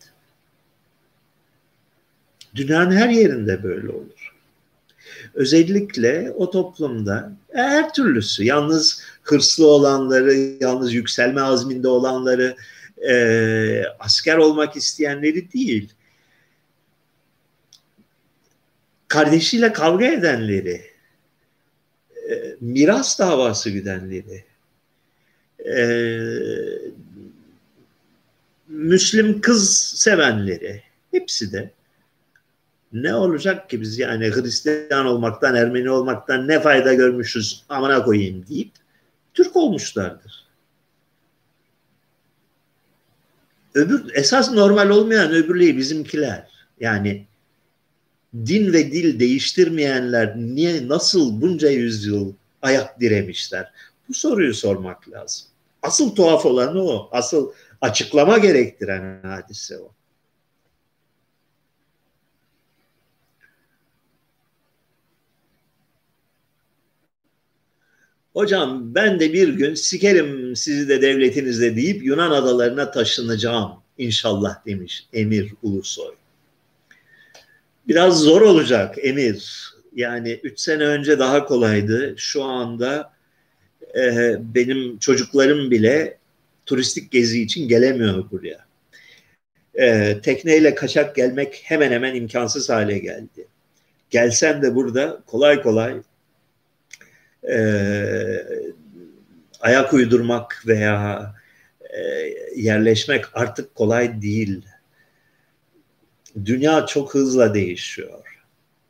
Dünyanın her yerinde böyle olur. Özellikle o toplumda her türlüsü, yalnız hırslı olanları, yalnız yükselme azminde olanları, asker olmak isteyenleri değil, kardeşiyle kavga edenleri, miras davası güdenleri, Müslüm kız sevenleri, hepsi de ne olacak ki biz yani Hristiyan olmaktan, Ermeni olmaktan ne fayda görmüşüz amına koyayım deyip Türk olmuşlardır. Esas normal olmayan öbürleyi bizimkiler. Yani din ve dil değiştirmeyenler niye, nasıl bunca yüzyıl ayak diremişler? Bu soruyu sormak lazım. Asıl tuhaf olan o. Asıl açıklama gerektiren hadise o. Hocam ben de bir gün sikerim sizi de devletinizde deyip Yunan adalarına taşınacağım inşallah demiş Emir Ulusoy. Biraz zor olacak Emir. Yani 3 sene önce daha kolaydı. Şu anda benim çocuklarım bile turistik gezi için gelemiyor buraya. Tekneyle kaçak gelmek hemen hemen imkansız hale geldi. Gelsem de burada kolay kolay ayak uydurmak veya yerleşmek artık kolay değil. Dünya çok hızla değişiyor.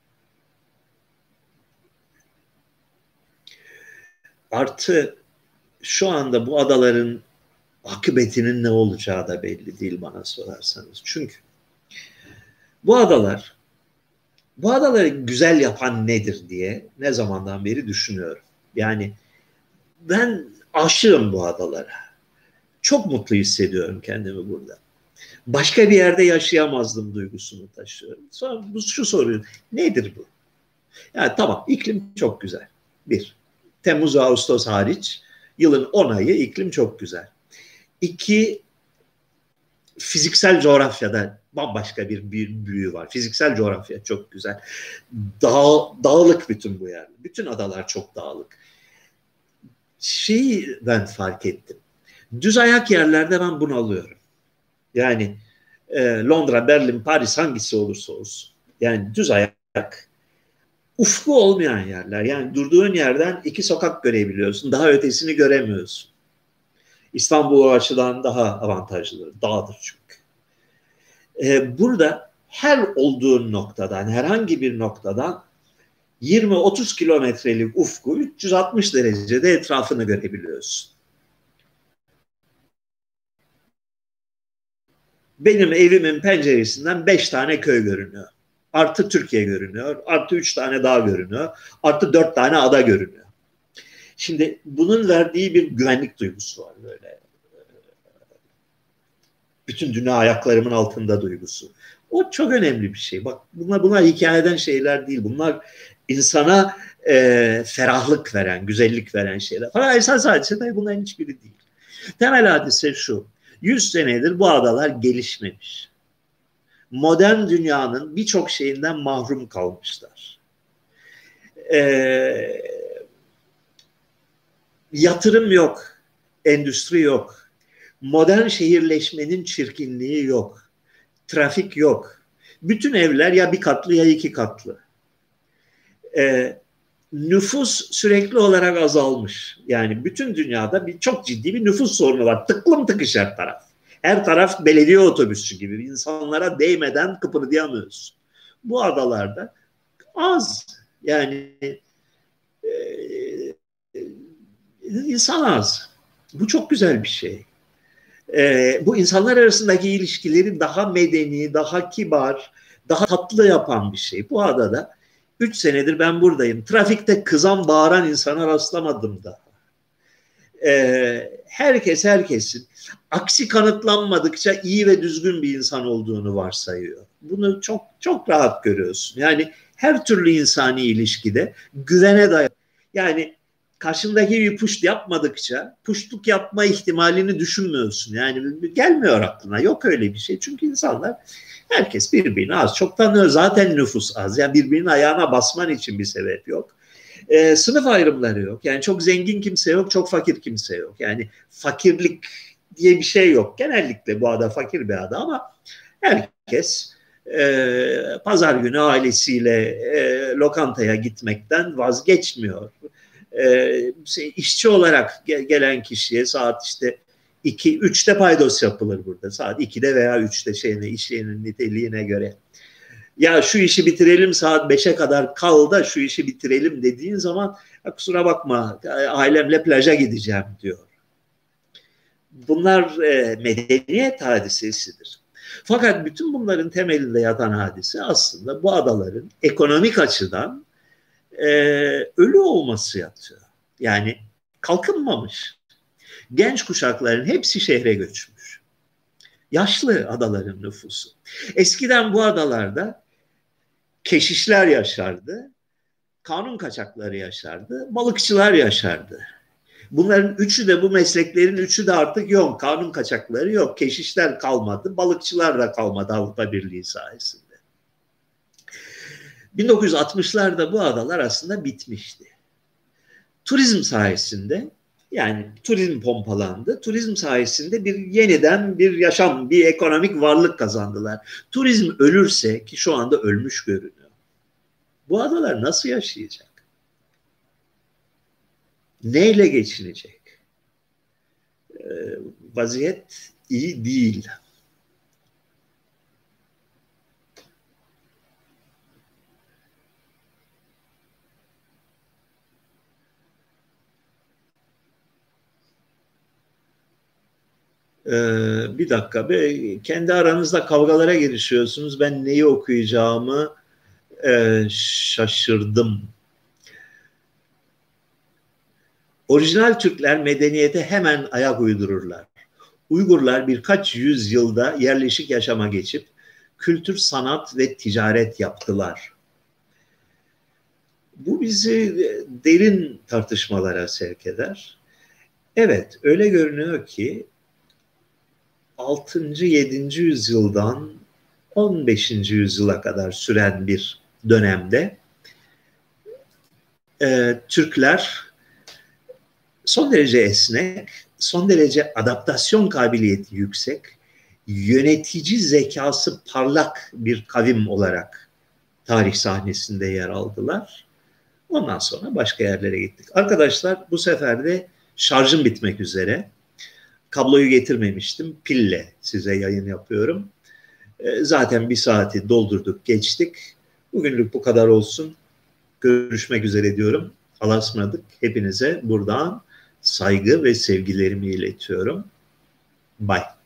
Artı şu anda bu adaların akıbetinin ne olacağı da belli değil bana sorarsanız. Çünkü bu adaları güzel yapan nedir diye ne zamandan beri düşünüyorum. Yani ben aşığım bu adalara. Çok mutlu hissediyorum kendimi burada. Başka bir yerde yaşayamazdım duygusunu taşıyorum. Sonra şu soruyu, nedir bu? Yani tamam, iklim çok güzel. Bir, Temmuz ve Ağustos hariç yılın 10 ayı iklim çok güzel. İki, fiziksel coğrafyada bambaşka bir büyü var. Fiziksel coğrafya çok güzel. Dağlık bütün bu yer. Bütün adalar çok dağlık. Şeyi ben fark ettim. Düz ayak yerlerde ben bunu alıyorum. Yani Londra, Berlin, Paris hangisi olursa olsun. Yani düz ayak, ufku olmayan yerler. Yani durduğun yerden 2 sokak görebiliyorsun. Daha ötesini göremiyorsun. İstanbul o açıdan daha avantajlı. Dağdır çünkü. Burada her olduğun noktadan, herhangi bir noktadan 20-30 kilometrelik ufku 360 derecede etrafını görebiliyorsun. Benim evimin penceresinden 5 tane köy görünüyor. Artı Türkiye görünüyor. Artı 3 tane dağ görünüyor. Artı 4 tane ada görünüyor. Şimdi bunun verdiği bir güvenlik duygusu var böyle. Bütün dünya ayaklarımın altında duygusu. O çok önemli bir şey. Bak bunlar hikayeden şeyler değil. Bunlar insana ferahlık veren, güzellik veren şeyler. Fakat esas hadise de bunların hiçbiri değil. Temel hadise şu. 100 senedir bu adalar gelişmemiş. Modern dünyanın birçok şeyinden mahrum kalmışlar. Yatırım yok, endüstri yok. Modern şehirleşmenin çirkinliği yok. Trafik yok. Bütün evler ya bir katlı ya 2 katlı. nüfus sürekli olarak azalmış. Yani bütün dünyada çok ciddi bir nüfus sorunu var. Tıklım tıkış her taraf. Her taraf belediye otobüsçü gibi. İnsanlara değmeden kıpırdayamıyoruz. Bu adalarda az. Yani insan az. Bu çok güzel bir şey. Bu insanlar arasındaki ilişkileri daha medeni, daha kibar, daha tatlı yapan bir şey. Bu adada 3 senedir ben buradayım. Trafikte kızan, bağıran insana rastlamadım da. Herkes herkesin aksi kanıtlanmadıkça iyi ve düzgün bir insan olduğunu varsayıyor. Bunu çok çok rahat görüyorsun. Yani her türlü insani ilişkide güvene dayalı. Yani karşındaki bir puşt yapmadıkça puştluk yapma ihtimalini düşünmüyorsun. Yani gelmiyor aklına. Yok öyle bir şey. Çünkü insanlar herkes birbirini az çok tanıyor. Zaten nüfus az. Yani birbirinin ayağına basman için bir sebep yok. Sınıf ayrımları yok. Yani çok zengin kimse yok, çok fakir kimse yok. Yani fakirlik diye bir şey yok. Genellikle bu ada fakir bir ada ama herkes pazar günü ailesiyle lokantaya gitmekten vazgeçmiyor. İşçi olarak gelen kişiye saat işte 2-3'te paydos yapılır burada. Saat 2'de veya 3'te iş yerinin niteliğine göre. Ya şu işi bitirelim saat 5'e kadar kal da şu işi bitirelim dediğin zaman kusura bakma ailemle plaja gideceğim diyor. Bunlar medeniyet hadisesidir. Fakat bütün bunların temelinde yatan hadise aslında bu adaların ekonomik açıdan ölü olması yatıyor. Yani kalkınmamış. Genç kuşakların hepsi şehre göçmüş. Yaşlı adaların nüfusu. Eskiden bu adalarda keşişler yaşardı, kanun kaçakları yaşardı, balıkçılar yaşardı. Bunların üçü de bu mesleklerin üçü de artık yok. Kanun kaçakları yok, keşişler kalmadı, balıkçılar da kalmadı Avrupa Birliği sayesinde. 1960'larda bu adalar aslında bitmişti. Turizm sayesinde yani turizm pompalandı. Turizm sayesinde yeniden bir yaşam, bir ekonomik varlık kazandılar. Turizm ölürse ki şu anda ölmüş görünüyor. Bu adalar nasıl yaşayacak? Neyle geçinecek? Vaziyet iyi değil. Bir dakika. Kendi aranızda kavgalara girişiyorsunuz. Ben neyi okuyacağımı şaşırdım. Orijinal Türkler medeniyete hemen ayak uydururlar. Uygurlar birkaç yüzyılda yerleşik yaşama geçip kültür, sanat ve ticaret yaptılar. Bu bizi derin tartışmalara sevk eder. Evet, öyle görünüyor ki 6. 7. yüzyıldan 15. yüzyıla kadar süren bir dönemde Türkler son derece esnek, son derece adaptasyon kabiliyeti yüksek, yönetici zekası parlak bir kavim olarak tarih sahnesinde yer aldılar. Ondan sonra başka yerlere gittik. Arkadaşlar bu sefer de şarjım bitmek üzere. Kabloyu getirmemiştim. Pille size yayın yapıyorum. Zaten bir saati doldurduk, geçtik. Bugünlük bu kadar olsun. Görüşmek üzere diyorum. Allah'a ısmarladık. Hepinize buradan saygı ve sevgilerimi iletiyorum. Bye.